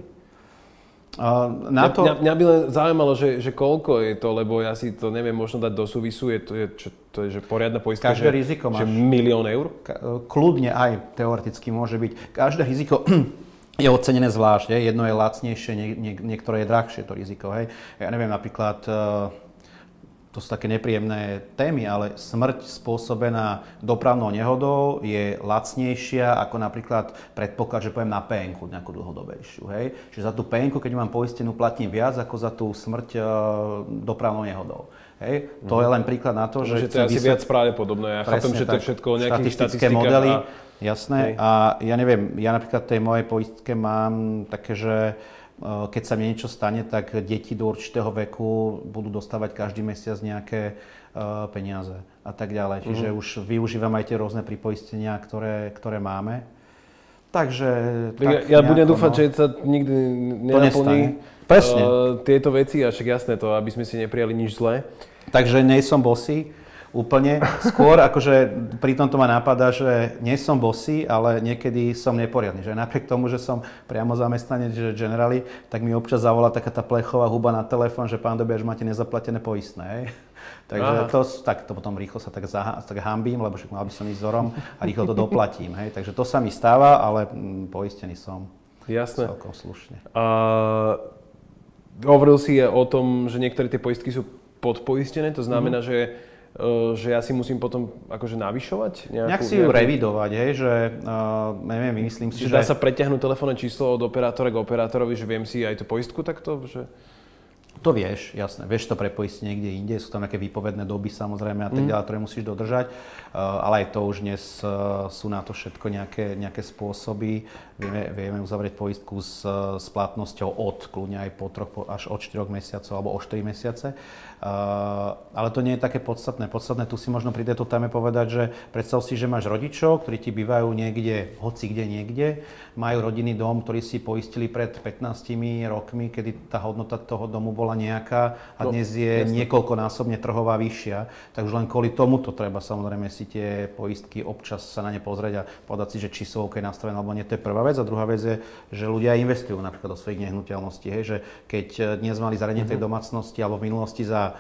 Mňa by len zaujímalo, že koľko je to, lebo ja si to neviem možno dať do súvisu, to je že poriadna poistka, každé riziko máš. Že 1 000 000 eur? Kľudne aj teoreticky môže byť. Každé riziko je ocenené zvlášť. Jedno je lacnejšie, niektoré je drahšie to riziko. Hej. Ja neviem, napríklad, to sú také nepríjemné témy, ale smrť spôsobená dopravnou nehodou je lacnejšia ako napríklad predpoklad, že poviem na PN-ku nejakú dlhodobejšiu. Hej. Čiže za tú PN-ku, keď mám poistenú, platím viac ako za tú smrť dopravnou nehodou. Hej. To je len príklad na to, že... to je asi viac pravdepodobné. Ja chápem, že to je všetko o nejakých štatistikách. Modely, jasné. Hej. A ja neviem, ja napríklad tej mojej poistke mám také, že keď sa mi niečo stane, tak deti do určitého veku budú dostávať každý mesiac nejaké peniaze a tak ďalej. Čiže už využívam aj tie rôzne pripoistenia, ktoré máme. Takže... Ja budem dúfať, že sa nikdy nenaplní tieto veci, a však jasné to, aby sme si neprijali nič zlé. Takže nejsom bossy. Úplne. Skôr akože pri tomto ma napadá, že nie som bossy, ale niekedy som neporiadny. Že napriek tomu, že som priamo zamestnanec Generali, tak mi občas zavolá taká tá plechová huba na telefón, že pán Dobiaš, máte nezaplatené poistné. Takže to potom rýchlo sa tak hanbím, lebo však mal by som ísť vzorom a rýchlo to doplatím. Hej. Takže to sa mi stáva, ale poistený som. Jasné. Celkom slušne. Hovoril si o tom, že niektoré tie poistky sú podpoistené, to znamená, že ja si musím potom akože navyšovať? Nejak si ju revidovať, hej, že neviem, myslím si, že... Dá sa preťahnuť telefónne číslo od operátora k operátorovi, že viem si aj tú poistku takto? Že... To vieš, jasné. Vieš to prepoistiť niekde inde, sú tam nejaké výpovedné doby samozrejme a tak ďalej, ktoré musíš dodržať. Ale aj to už dnes sú na to všetko nejaké spôsoby. Vieme uzavrieť poistku s platnosťou od kľudne aj po 3 až od 4 mesiacov alebo o 4 mesiace. Ale to nie je také podstatné. Podstatné tu si možno pri tejto téme povedať, že predstav si, že máš rodičov, ktorí ti bývajú niekde, hoci kde niekde, majú rodinný dom, ktorý si poistili pred 15 rokmi, kedy tá hodnota toho domu bola nejaká a dnes je niekoľkonásobne trhová vyššia. Takže len kvôli tomuto treba samozrejme si tie poistky občas sa na ne pozrieť a povedať si, že či sú OK nastavené alebo nie. To je prvá vec. A druhá vec je, že ľudia investujú napríklad do svojich nehnuteľností. Hej? Že keď dnes mali zariadenie tej domácnosti alebo v minulosti za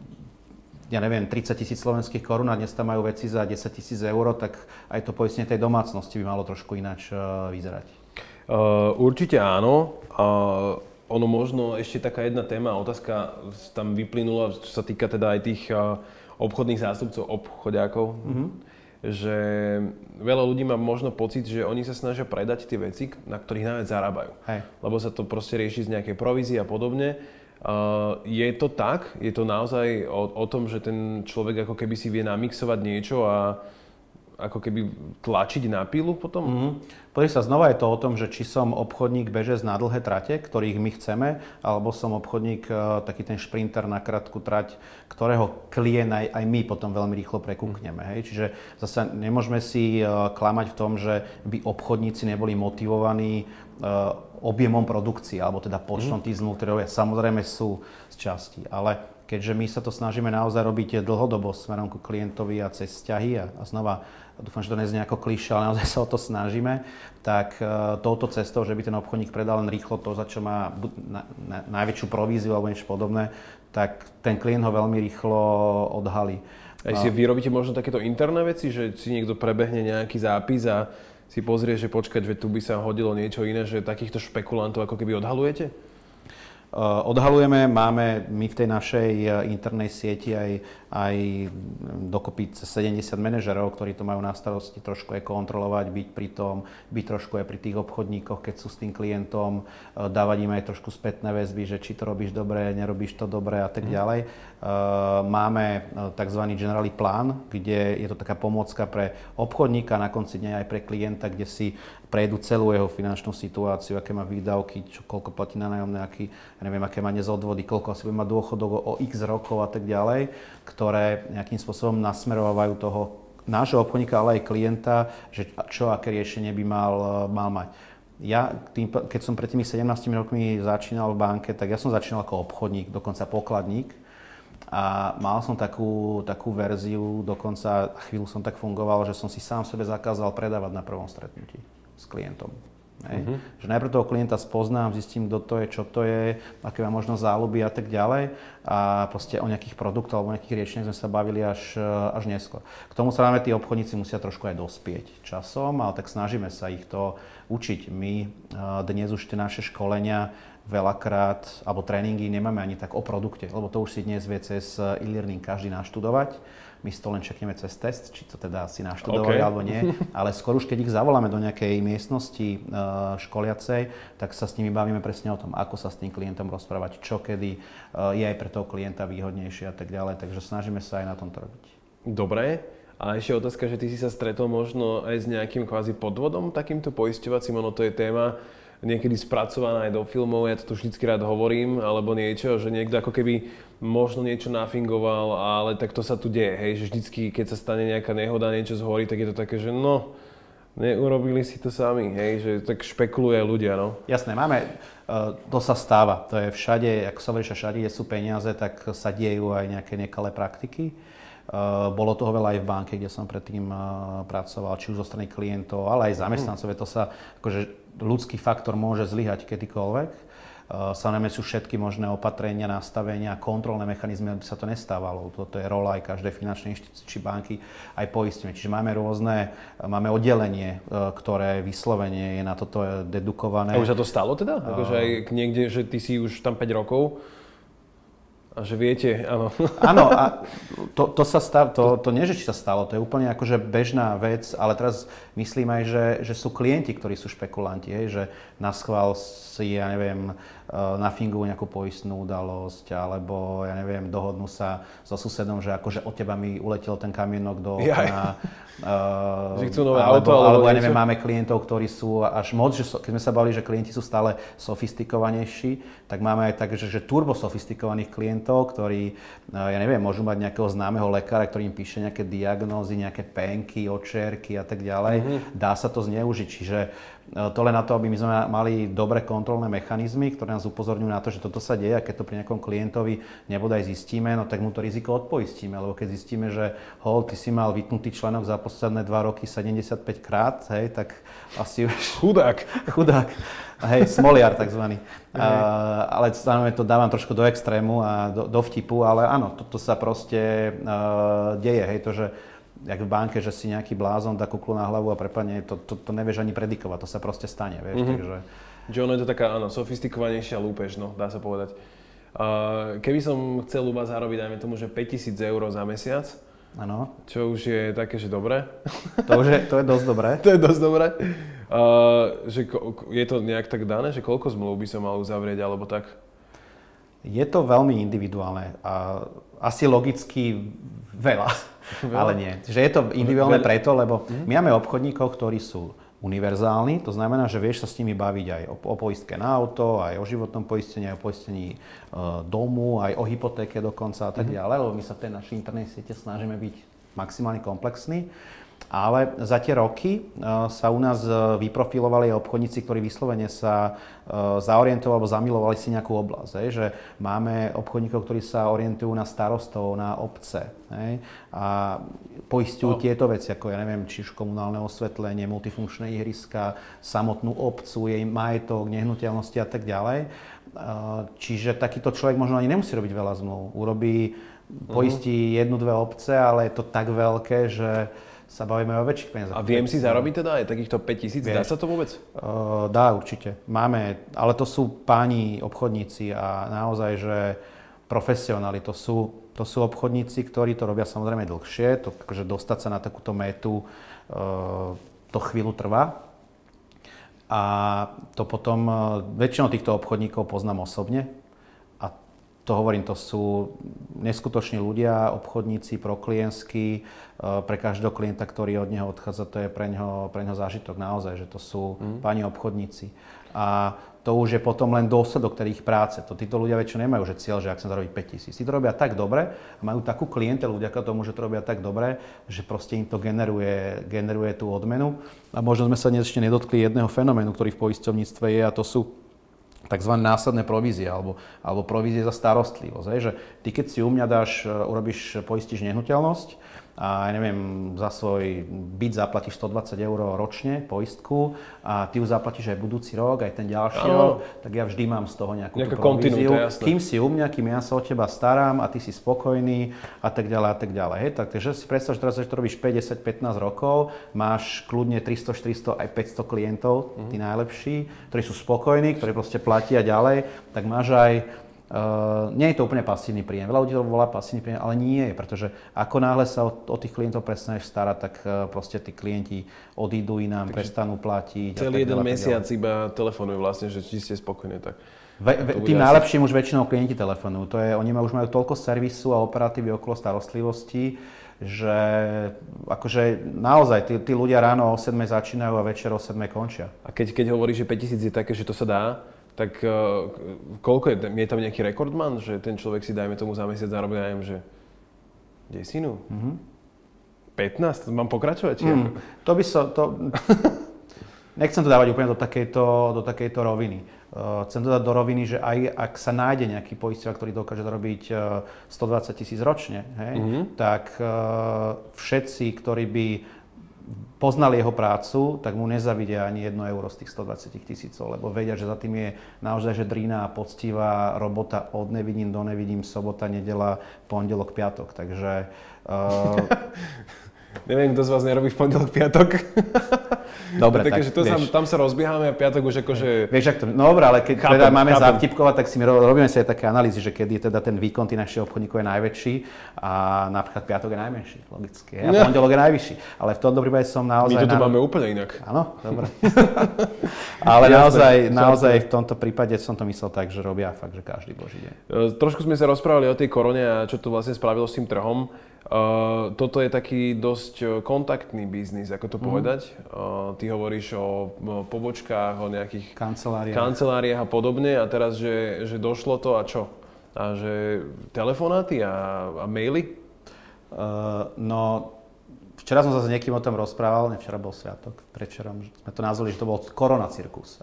30 000 slovenských korún a dnes tam majú veci za 10 000 eur, tak aj to poistenie tej domácnosti by malo trošku ináč vyzerať. Určite áno. Ono možno ešte taká jedna téma, otázka tam vyplynula, čo sa týka teda aj tých obchodných zástupcov, obchodiakov, že veľa ľudí má možno pocit, že oni sa snažia predať tie veci, na ktorých najviac zarábajú. Hej. Lebo sa to proste rieši z nejakej provízie a podobne. Je to tak? Je to naozaj o tom, že ten človek ako keby si vie namixovať niečo a ako keby tlačiť na pilu potom? Pozri sa, znova je to o tom, že či som obchodník bežec na dlhé trate, ktorých my chceme, alebo som obchodník taký ten šprinter na krátku trať, ktorého klient aj my potom veľmi rýchlo prekúkneme. Hej? Čiže zase nemôžeme si klamať v tom, že by obchodníci neboli motivovaní objemom produkcie, alebo teda počtom tých zmluv, ktoré samozrejme sú z časti. Ale keďže my sa to snažíme naozaj robiť dlhodobo smerom ku klientovi a cez vzťahy a znova dúfam, že to neznie ako klišé, ale naozaj sa o to snažíme, tak touto cestou, že by ten obchodník predal len rýchlo to, za čo má najväčšiu províziu alebo niečo podobné, tak ten klient ho veľmi rýchlo odhalí. Aj si vyrobíte možno takéto interné veci, že si niekto prebehne nejaký zápis a si pozrie, že počkať, že tu by sa hodilo niečo iné, že takýchto špekulantov ako keby odhalujete? odhalujeme. Máme my v tej našej internej sieti aj dokopy 70 manažerov, ktorí to majú na starosti trošku aj kontrolovať, byť trošku aj pri tých obchodníkoch, keď sú s tým klientom, dávať im aj trošku spätné väzby, že či to robíš dobre, nerobíš to dobre a tak ďalej. Máme tzv. Generally plán, kde je to taká pomôcka pre obchodníka, na konci dňa aj pre klienta, kde si prejdú celú jeho finančnú situáciu, aké má výdavky, koľko platí na nájomné, aké má nezodvody, koľko asi bude mať dôchodok o x rokov a tak ďalej, ktoré nejakým spôsobom nasmerovávajú toho nášho obchodníka, ale aj klienta, že čo, aké riešenie by mal mať. Ja, keď som pred tými 17 rokmi začínal v banke, tak ja som začínal ako obchodník, dokonca pokladník. A mal som takú verziu, dokonca chvíľu som tak fungoval, že som si sám sebe zakázal predávať na prvom stretnutí s klientom. Že najprv toho klienta spoznám, zistím, kto to je, čo to je, aké má možno záľuby a tak ďalej. A proste o nejakých produktoch alebo nejakých riešeniach sme sa bavili až neskôr. K tomu sa tí obchodníci musia trošku aj dospieť časom, ale tak snažíme sa ich to učiť. My dnes už tie naše školenia veľakrát, alebo tréningy nemáme ani tak o produkte, lebo to už si dnes vie cez e-learning každý naštudovať. My si to len čekneme cez test, či to teda si naštudovali alebo nie. Ale skôr už keď ich zavoláme do nejakej miestnosti školiacej, tak sa s nimi bavíme presne o tom, ako sa s tým klientom rozprávať, čo kedy je aj pre toho klienta výhodnejšie a tak ďalej. Takže snažíme sa aj na tomto robiť. Dobre. A ešte otázka, že ty si sa stretol možno aj s nejakým kvázi podvodom takýmto poisťovacím, ono to je téma niekedy spracovaná aj do filmov, ja to tu vždycky rád hovorím, alebo niečo, že niekto ako keby možno niečo nafingoval, ale tak to sa tu deje, hej, že vždycky, keď sa stane nejaká nehoda, niečo zhorí, tak je to také, že no, neurobili si to sami, hej, že tak špekuluje ľudia, no. Jasné, to sa stáva, to je všade, ako sa hovorí, že všade, kde sú peniaze, tak sa dejú aj nejaké nekalé praktiky. Bolo toho veľa aj v banke, kde som predtým pracoval, či už zo strany klientov, ale aj zamestnancov. To sa, akože ľudský faktor môže zlyhať kedykoľvek. Samozrejme sú všetky možné opatrenia, nastavenia, kontrolné mechanizmy, aby sa to nestávalo. Toto je rola aj každej finančnej inštitúcie či banky, aj poistenie. Čiže máme oddelenie, ktoré vyslovene je na toto dedukované. A už sa to stalo teda? Akože aj niekde, že ty si už tam 5 rokov? A že viete, áno. Áno, a to sa stalo, to nie, že či sa stalo, to je úplne akože bežná vec, ale teraz myslím aj, že sú klienti, ktorí sú špekulanti, že na schvál si, ja neviem, nafingujú nejakú poistnú udalosť, alebo, ja neviem, dohodnú sa so susedom, že akože od teba mi uletel ten kamienok do okna. Že chcú nové auto, alebo ja neviem, máme klientov, ktorí sú až moc, že keď sme sa bavili, že klienti sú stále sofistikovanejší, tak máme aj tak, že turbo sofistikovaných klientov, ktorí, ja neviem, môžu mať nejakého známeho lekára, ktorý im píše nejaké diagnózy, nejaké penky, očierky a tak ďalej. Dá sa to zneužiť, čiže to len na to, aby my sme mali dobré kontrolné mechanizmy, ktoré nás upozorňujú na to, že toto sa deje a keď to pri nejakom klientovi nebodaj zistíme, no tak mu to riziko odpoistíme, lebo keď zistíme, že ty si mal vytnutý členok za posledné 2 roky 75 krát, hej, tak asi už... Chudák. Hej, smoliar takzvaný. Ale samozrejme to dávam trošku do extrému a do vtipu, ale áno, toto sa proste deje, hej, to, že jak v banke, že si nejaký blázon dá kuklu na hlavu a prepadne, to nevieš ani predikovať, to sa proste stane, vieš, takže... Že ono je to taká, áno, sofistikovanejšia lúpež, no, dá sa povedať. Keby som chcel u vás zarobiť, dajme tomu, že 5 000 eur za mesiac, áno. Čo už je také, že dobré. To je dosť dobré. To je dosť dobré. Že je to nejak tak dané, že koľko zmluv by som mal uzavrieť, alebo tak? Je to veľmi individuálne a asi logicky veľa, ale nie. Že je to individuálne preto, lebo my máme obchodníkov, ktorí sú univerzálni, to znamená, že vieš sa s nimi baviť aj o poistke na auto, aj o životnom poistení, aj o poistení domu, aj o hypotéke dokonca a tak ďalej, lebo my sa v tej našej internej siete snažíme byť maximálne komplexní. Ale za tie roky sa u nás vyprofilovali obchodníci, ktorí vyslovene sa zaorientovali alebo zamilovali si nejakú oblasť. Že máme obchodníkov, ktorí sa orientujú na starostov, na obce. A poisťujú tieto veci, ako ja neviem, či už komunálne osvetlenie, multifunkčné ihriska, samotnú obcu, jej majetok, nehnuteľnosti a tak ďalej. Čiže takýto človek možno ani nemusí robiť veľa zmluv. Poistí 1-2 obce, ale je to tak veľké, že sa bavíme o väčších peniazoch. A viem si zarobiť teda aj takýchto 5 000? Dá sa to vôbec? Dá, určite. Máme, ale to sú páni obchodníci a naozaj, že profesionáli, to sú obchodníci, ktorí to robia samozrejme dlhšie, to akože dostať sa na takúto métu to chvíľu trvá. A to potom, väčšinou týchto obchodníkov poznám osobne. A to hovorím, to sú neskutoční ľudia, obchodníci, proklientskí. Pre každého klienta, ktorý od neho odchádza, to je pre neho zážitok naozaj, že to sú páni obchodníci. A to už je potom len dôsledok tej ich práce. To títo ľudia väčšinou nemajú že cieľ, že ak chcem zarobiť 5 000. Tí to robia tak dobre a majú takú klientelu vďaka tomu, že to robia tak dobre, že proste im to generuje tú odmenu. A možno sme sa dnes ešte nedotkli jedného fenoménu, ktorý v poisťovníctve je, a to sú tzv. Následné provízie alebo provízie za starostlivosť. Že ty keď si u mňa poistíš nehnuteľnosť, a ja neviem, za svoj byt zaplatíš 120 € ročne poistku a ty ju zaplatíš aj budúci rok, aj ten ďalší rok, tak ja vždy mám z toho nejakú tú províziu. Kým si u mňa, kým ja sa o teba starám a ty si spokojný a tak ďalej a tak ďalej. Hej? Takže si predstav, že teraz, že to robíš 5, 10, 15 rokov, máš kľudne 300, 400 aj 500 klientov, tí najlepší, ktorí sú spokojní, ktorí proste platia ďalej, tak máš aj nie je to úplne pasívny príjem. Veľa ľudí to volá pasívny príjem, ale nie je, pretože ako náhle sa o tých klientov prestaneš starať, tak proste tí klienti odídu inám, prestanú platiť. Celý jeden mesiac iba telefonujú vlastne, že či ste spokojní, tak... Tým najlepším už väčšinou klienti telefonujú. Oni už majú toľko servisu a operatívy okolo starostlivosti, že akože naozaj tí ľudia ráno o 7 začínajú a večer o 7 končia. A keď hovoríš, že 5 000 je také, že to sa dá, tak koľko je tam nejaký rekordman, že ten človek si, dajme tomu, za mesiac zarobí, ja neviem, že desinu? 15? Mám pokračovať? Nechcem to dávať úplne do takejto roviny. Chcem to dať do roviny, že aj ak sa nájde nejaký poisťovák, ktorý dokáže zarobiť 120 000 ročne, hej, tak všetci, ktorí by poznali jeho prácu, tak mu nezavidia ani 1 euro z tých 120 000, lebo vedia, že za tým je naozaj že drína a poctivá robota od nevidím do nevidím, sobota, nedeľa, pondelok, piatok. Takže... Neviem, kto z vás nerobí v pondelok, piatok. Dobre, tak že tam sa rozbiehame a piatok už akože... Vieš, ak to... No dobré, ale keď teda máme zavtipkovať, tak robíme si aj také analýzy, že kedy je teda ten výkon tých našich obchodníkov je najväčší a napríklad piatok je najmenší, logicky. A pondelok je najvyšší. Ale v tomto prípade som naozaj... My to tu máme úplne inak. Áno, dobre. Ale naozaj v tomto prípade som to myslel tak, že robia fakt, že každý boží deň. Trošku sme sa rozprávali o tej korone a čo to vlastne spravilo s tým trhom. Toto je taký dosť kontaktný biznis, ako to povedať. Ty hovoríš o pobočkách, o nejakých kanceláriách a podobne a teraz, že došlo to a čo? A že telefonáty a maily? Včera som sa s niekým o tom rozprával, včera bol sviatok, predvčerom sme to nazvali, že to bol korona cirkus.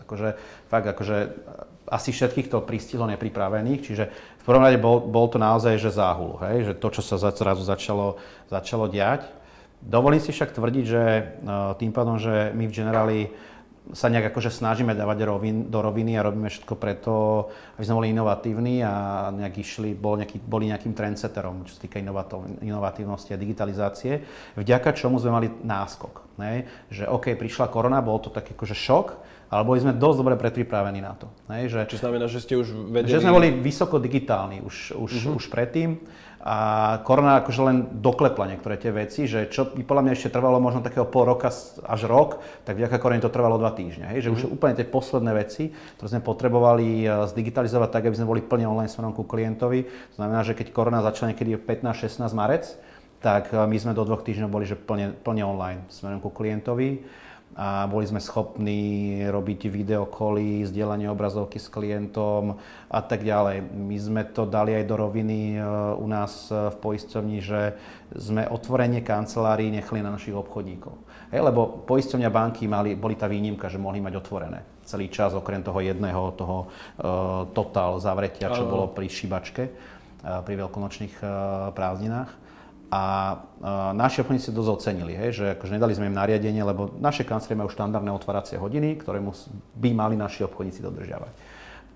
Asi všetkých to pristihlo nepripravených, čiže v prvom rade bol to naozaj že záhul, hej? Že to, čo sa zrazu začalo diať. Dovolím si však tvrdiť, že tým pádom, že my v Generali sa nejak akože snažíme dávať do roviny a robíme všetko preto, aby sme boli inovatívni a boli nejakým trendsetterom, čo sa týka inovatívnosti a digitalizácie, vďaka čomu sme mali náskok. Ne? Že OK, prišla korona, bol to taký akože šok, ale boli sme dosť dobre predpripravení na to. Ne? Čo znamená, že ste už vedeli... Že sme boli vysoko digitálni už predtým. A korona akože len doklepla niektoré tie veci, že čo by podľa mňa ešte trvalo možno takého pol roka až rok, tak vďaka korone to trvalo 2 týždne. Hej? Že už úplne tie posledné veci, ktoré sme potrebovali zdigitalizovať tak, aby sme boli plne online smerom ku klientovi. To znamená, že keď korona začala niekedy 15-16 marec, tak my sme do 2 týždňov boli že plne online smerom ku klientovi. A boli sme schopní robiť videokoly, zdieľanie obrazovky s klientom a tak ďalej. My sme to dali aj do roviny u nás v poisťovni, že sme otvorenie kancelárií nechali na našich obchodníkov. Lebo poisťovňa banky boli tá výnimka, že mohli mať otvorené celý čas, okrem toho jedného, total zavretia, čo bolo pri šibačke, pri veľkonočných prázdninách. A naši obchodníci to dosť ocenili, že akože nedali sme im nariadenie, lebo naše kancelárie majú štandardné otváracie hodiny, ktoré by mali naši obchodníci dodržiavať.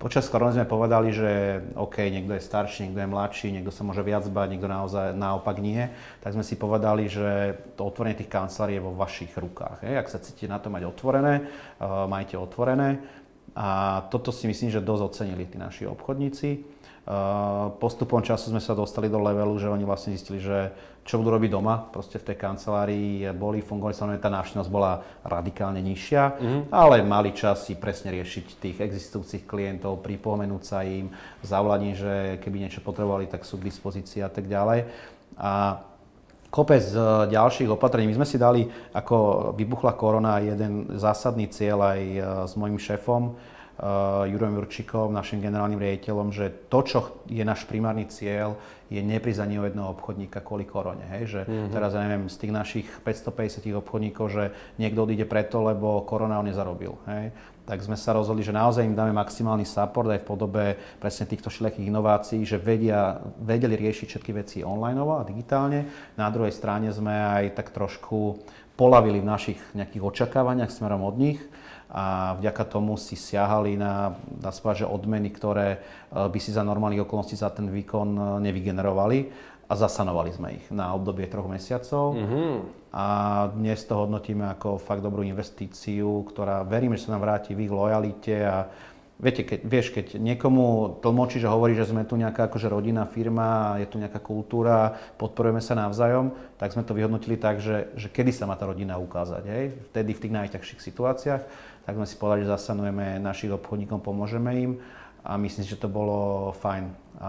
Počas korony sme povedali, že OK, niekto je starší, niekto je mladší, niekto sa môže viac bať, niekto naozaj naopak nie. Tak sme si povedali, že to otvorenie tých kancelárií je vo vašich rukách. Ak sa cítite na to mať otvorené, majte otvorené. A toto si myslím, že dosť ocenili tí naši obchodníci. Postupom času sme sa dostali do levelu, že oni vlastne zistili, že čo budú robiť doma, proste v tej kancelárii fungovali, samozrejme tá návštevnosť bola radikálne nižšia, ale mali čas si presne riešiť tých existujúcich klientov, pripomenúť sa im, zavolať im, že keby niečo potrebovali, tak sú k dispozícii a tak ďalej. A kopec ďalších opatrení. My sme si dali, ako vybuchla korona, jeden zásadný cieľ aj s mojím šéfom, Jurajom Jurčíkom, našim generálnym riaditeľom, že to, čo je náš primárny cieľ, je neprísť ani o jedného obchodníka kvôli korone. Hej? Že teraz, ja neviem, z tých našich 550 obchodníkov, že niekto odíde preto, lebo korona on nezarobil. Hej? Tak sme sa rozhodli, že naozaj im dáme maximálny support aj v podobe presne týchto všelijakých inovácií, že vedeli riešiť všetky veci onlineovo a digitálne. Na druhej strane sme aj tak trošku polavili v našich nejakých očakávaniach smerom od nich. A vďaka tomu si siahali na že odmeny, ktoré by si za normálnych okolností za ten výkon nevygenerovali a zasanovali sme ich na obdobie 3 mesiacov. A dnes to hodnotíme ako fakt dobrú investíciu, ktorá veríme, že sa nám vráti v ich lojalite a viete, keď niekomu tlmočíš a hovorí, že sme tu nejaká akože rodinná firma, je tu nejaká kultúra, podporujeme sa navzájom, tak sme to vyhodnotili tak, že kedy sa má tá rodina ukázať, hej? Vtedy v tých najťažších situáciách. Tak sme si povedali, že zasanujeme našich obchodníkom, pomôžeme im a myslím si, že to bolo fajn a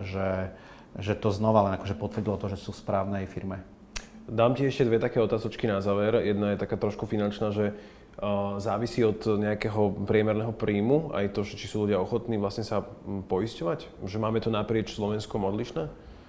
že to znova len akože potvrdilo to, že sú v správnej firme. Dám ti ešte 2 také otázočky na záver. Jedna je taká trošku finančná, že závisí od nejakého priemerného príjmu aj to, či sú ľudia ochotní vlastne sa poisťovať? Že máme to naprieč Slovenskom odlišné?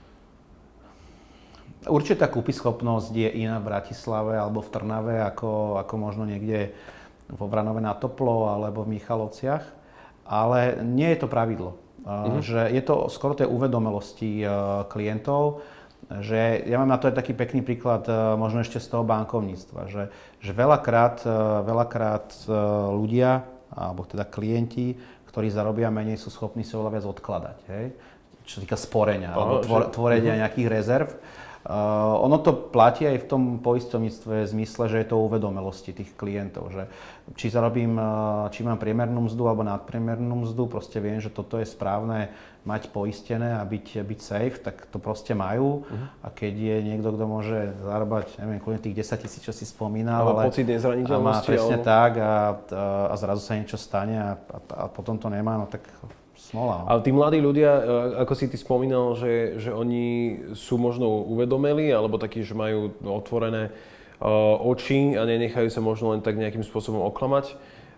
Určite tá kúpyschopnosť je iná v Bratislave alebo v Trnave ako možno niekde vo Vranove na Toplo alebo v Michalovciach, ale nie je to pravidlo. Že je to skoro tej uvedomelosti klientov, že ja mám na to aj taký pekný príklad možno ešte z toho bankovníctva, že veľakrát ľudia, alebo teda klienti, ktorí zarobia menej, sú schopní sa oveľa viac odkladať, hej? Čo sa týka sporenia alebo tvorenia nejakých rezerv. Ono to platí aj v tom poisťovníctve v zmysle, že je to uvedomelosti tých klientov, že či mám priemernú mzdu alebo nadpriemernú mzdu, proste viem, že toto je správne mať poistené a byť safe, tak to proste majú. A keď je niekto, kto môže zarábať, neviem, kľudne tých 10 000, čo si spomínal, ale pocit nezraniteľnosti, má presne tak a zrazu sa niečo stane a potom to nemá, no tak smola. Ale tí mladí ľudia, ako si ty spomínal, že oni sú možno uvedomeli, alebo takí, že majú otvorené oči a nenechajú sa možno len tak nejakým spôsobom oklamať.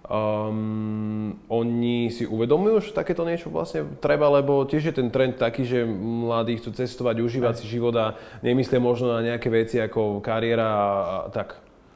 Oni si uvedomujú, že takéto niečo vlastne treba, lebo tiež je ten trend taký, že mladí chcú cestovať, užívať si život a nemyslia možno na nejaké veci ako kariéra a tak.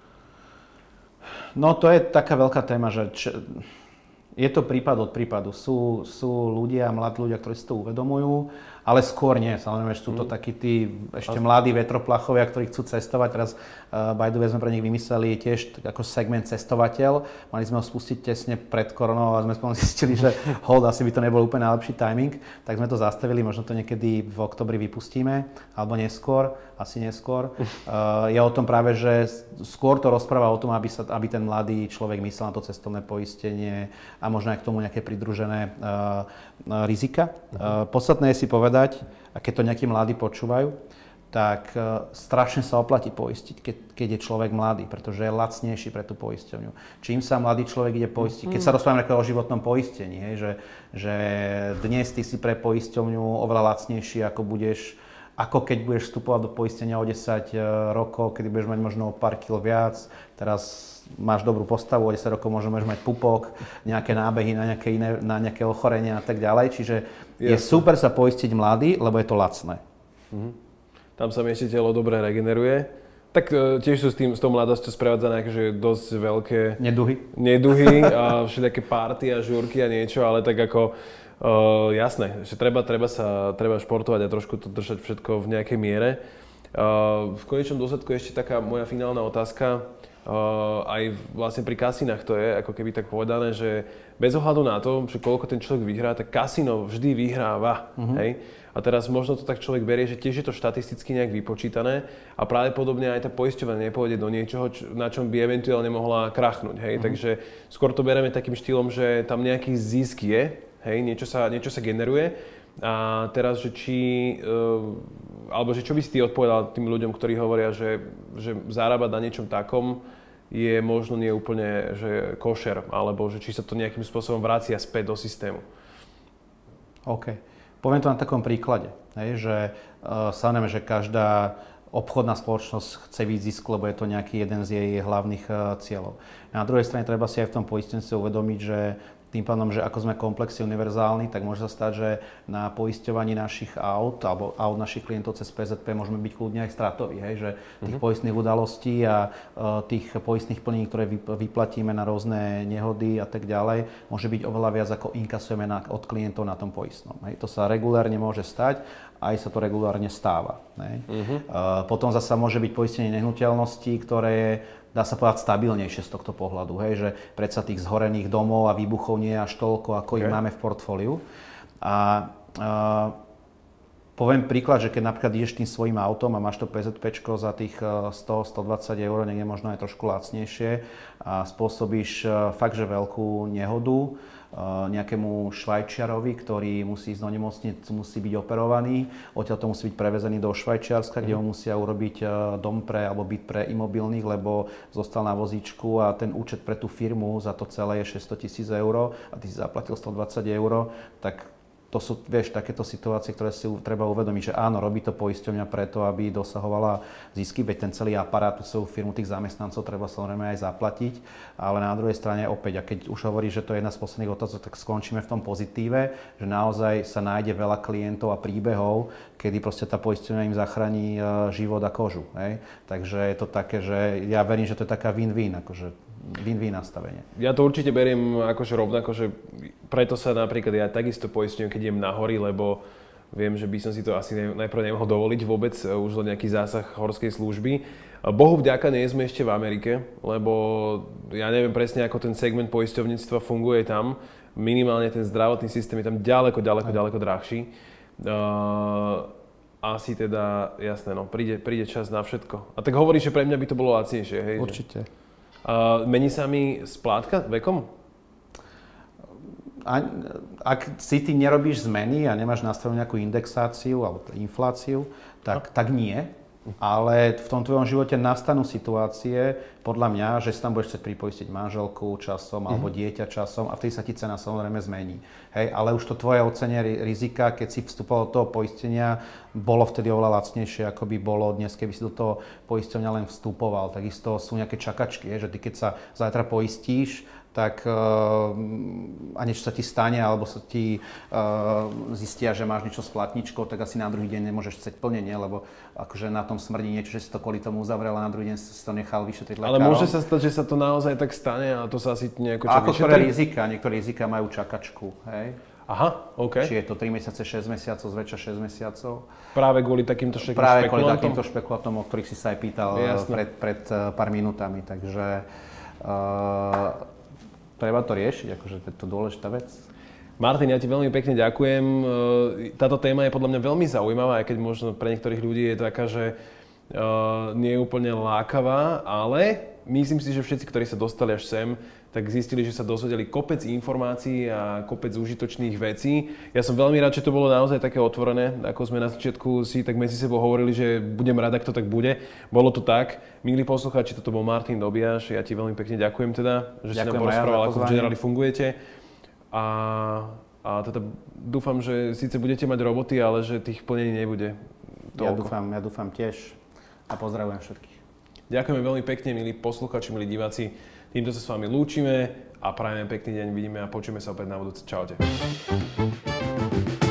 No to je taká veľká téma, že je to prípad od prípadu. Sú ľudia, mladí ľudia, ktorí si to uvedomujú, ale skôr nie. Samozrejme, že sú to takí tí ešte mladí vetroplachovia, ktorí chcú cestovať. Teraz by the way sme pre nich vymysleli tiež ako segment cestovateľ. Mali sme ho spustiť tesne pred koronou a sme zistili, že asi by to nebol úplne najlepší timing. Tak sme to zastavili, možno to niekedy v oktobri vypustíme, alebo neskôr, asi neskôr. Je o tom práve, že skôr to rozpráva o tom, aby ten mladý človek myslel na to cestovné poistenie a možno aj k tomu nejaké pridružené rizika. Podstatné je si povedať, a keď to nejakí mladí počúvajú, tak strašne sa oplatí poistiť, keď je človek mladý, pretože je lacnejší pre tú poisťovňu. Čím sa mladý človek ide poistiť, keď sa rozprávame o životnom poistení, že dnes ty si pre poisťovňu oveľa lacnejší, ako keď budeš vstupovať do poistenia o 10 rokov, kedy budeš mať možno o pár kil viac, teraz máš dobrú postavu, o 10 rokov možno môžeš mať pupok, nejaké nábehy na nejaké ochorenia a tak ďalej. Čiže je super sa poistiť mladý, lebo je to lacné. Tam sa mi ešte telo dobre regeneruje. Tak tiež sú s tou mladosťou sprevádzané akože dosť veľké neduhy a všelijaké párty a žúrky a niečo, ale tak ako jasné, že treba športovať a trošku to držať všetko v nejakej miere. V konečnom dôsledku ešte taká moja finálna otázka. aj vlastne pri kasinách to je ako keby tak povedané, že bez ohľadu na to, že koľko ten človek vyhrá, tak kasino vždy vyhráva. Hej? A teraz možno to tak človek berie, že tiež je to štatisticky nejak vypočítané a pravdepodobne aj tá poisťovňa nepôjde do niečoho, na čom by eventuálne mohla krachnúť. Hej? Takže skôr to bereme takým štýlom, že tam nejaký zisk je, hej? Niečo sa generuje. A teraz, že alebo že čo by si ty odpovedal tým ľuďom, ktorí hovoria, že zarábať na niečom takom je možno nie úplne že košer, alebo že či sa to nejakým spôsobom vracia späť do systému. OK. Poviem to na takom príklade, že samozrejme, že každá obchodná spoločnosť chce byť zisk, lebo je to nejaký jeden z jej hlavných cieľov. Na druhej strane treba si aj v tom poistenstve uvedomiť, že tým pádom, že ako sme komplexne univerzálni, tak môže sa stať, že na poisťovaní našich aut alebo aut našich klientov cez PZP môžeme byť kľudne aj stratoví, že tých poistných udalostí a tých poistných plnení, ktoré vyplatíme na rôzne nehody a tak ďalej, môže byť oveľa viac ako inkasujeme od klientov na tom poistnom. To sa regulárne môže stať, aj sa to regulárne stáva. Potom zasa môže byť poistenie nehnuteľností, ktoré je, dá sa povedať, stabilnejšie z tohto pohľadu, že predsa tých zhorených domov a výbuchov nie je až toľko, ako ich máme v portfóliu. A poviem príklad, že keď napríklad ideš tým svojím autom a máš to PZPčko za tých 100-120 eur, niekde možno aj trošku lacnejšie a spôsobíš fakt, že veľkú nehodu nejakému Švajčiarovi, ktorý musí ísť do nemocnice, musí byť operovaný, odtiaľ to musí byť prevezený do Švajčiarska, kde ho musia urobiť dom alebo byt pre imobilných, lebo zostal na vozíčku a ten účet pre tú firmu za to celé je 600 000 eur a ty si zaplatil 120 eur, tak to sú, vieš, takéto situácie, ktoré si treba uvedomiť, že áno, robí to poisťovňa preto, aby dosahovala zisky, veď ten celý aparát, tú svoju firmu, tých zamestnancov treba samozrejme aj zaplatiť, ale na druhej strane opäť, a keď už hovoríš, že to je jedna z posledných otázok, tak skončíme v tom pozitíve, že naozaj sa nájde veľa klientov a príbehov, kedy proste tá poisťovňa im zachráni život a kožu. Takže je to také, že ja verím, že to je taká win-win, akože win-win nastavenie. Ja to určite beriem akože rovnako, že preto sa napríklad ja takisto poisťujem, keď idem na hory, lebo viem, že by som si to asi najprv nemohol dovoliť vôbec, už len nejaký zásah horskej služby. Bohu vďaka nie sme ešte v Amerike, lebo ja neviem presne, ako ten segment poisťovníctva funguje tam. Minimálne ten zdravotný systém je tam ďaleko drahší. Asi teda, jasné, no, príde čas na všetko. A tak hovoríš, že pre mňa by to bolo lacnejšie, hej? Určite. Mení sa mi splátka vekom? Ak si ty nerobíš zmeny a nemáš nastavenú nejakú indexáciu alebo infláciu, tak nie. Ale v tom tvojom živote nastanú situácie, podľa mňa, že si tam budeš chcieť pripoistiť manželku časom alebo dieťa časom a vtedy sa ti cena samozrejme zmení. Ale už to tvoje ocenenie rizika, keď si vstupoval do toho poistenia, bolo vtedy oveľa lacnejšie, ako by bolo dnes, keby si do toho poistenia len vstupoval. Takisto sú nejaké čakačky, že ty keď sa zajtra poistíš, tak a niečo sa ti stane, alebo sa ti zistia, že máš niečo s platničkou, tak asi na druhý deň nemôžeš chceť plnenie, lebo akože na tom smrdí niečo, že si to kvôli tomu uzavrel a na druhý deň si to nechal vyšetriť lekárom. Ale môže sa stať, že sa to naozaj tak stane a to sa asi nejako vyšetrí? Niektoré rizika majú čakačku, hej? Aha, OK. Či je to 3 mesiace, 6 mesiacov, zväčša 6 mesiacov. Práve kvôli takýmto špekulantom? Práve kvôli takýmto špekulantom, o ktorých si sa aj pýtal pred pár minútami, takže treba to riešiť, akože je to dôležitá vec. Martin, ja ti veľmi pekne ďakujem. Táto téma je podľa mňa veľmi zaujímavá, aj keď možno pre niektorých ľudí je taká, že nie je úplne lákavá, ale myslím si, že všetci, ktorí sa dostali až sem, tak zistili, že sa dozvedeli kopec informácií a kopec užitočných vecí. Ja som veľmi rád, že to bolo naozaj také otvorené, ako sme na začiatku si tak medzi sebou hovorili, že budem rád, ak to tak bude. Bolo to tak. Milí poslucháči, toto bol Martin Dobiaš. Ja ti veľmi pekne ďakujem teda, že si nám porozprával, ako v Generali fungujete. A teda dúfam, že síce budete mať roboty, ale že tých plnení nebude toľko. Ja dúfam tiež a pozdravujem všetkých. Ďakujeme veľmi pekne, milí poslucháči, milí diváci. Týmto sa s vami lúčime a prajeme pekný deň, vidíme a počujeme sa opäť na budúce. Čaute.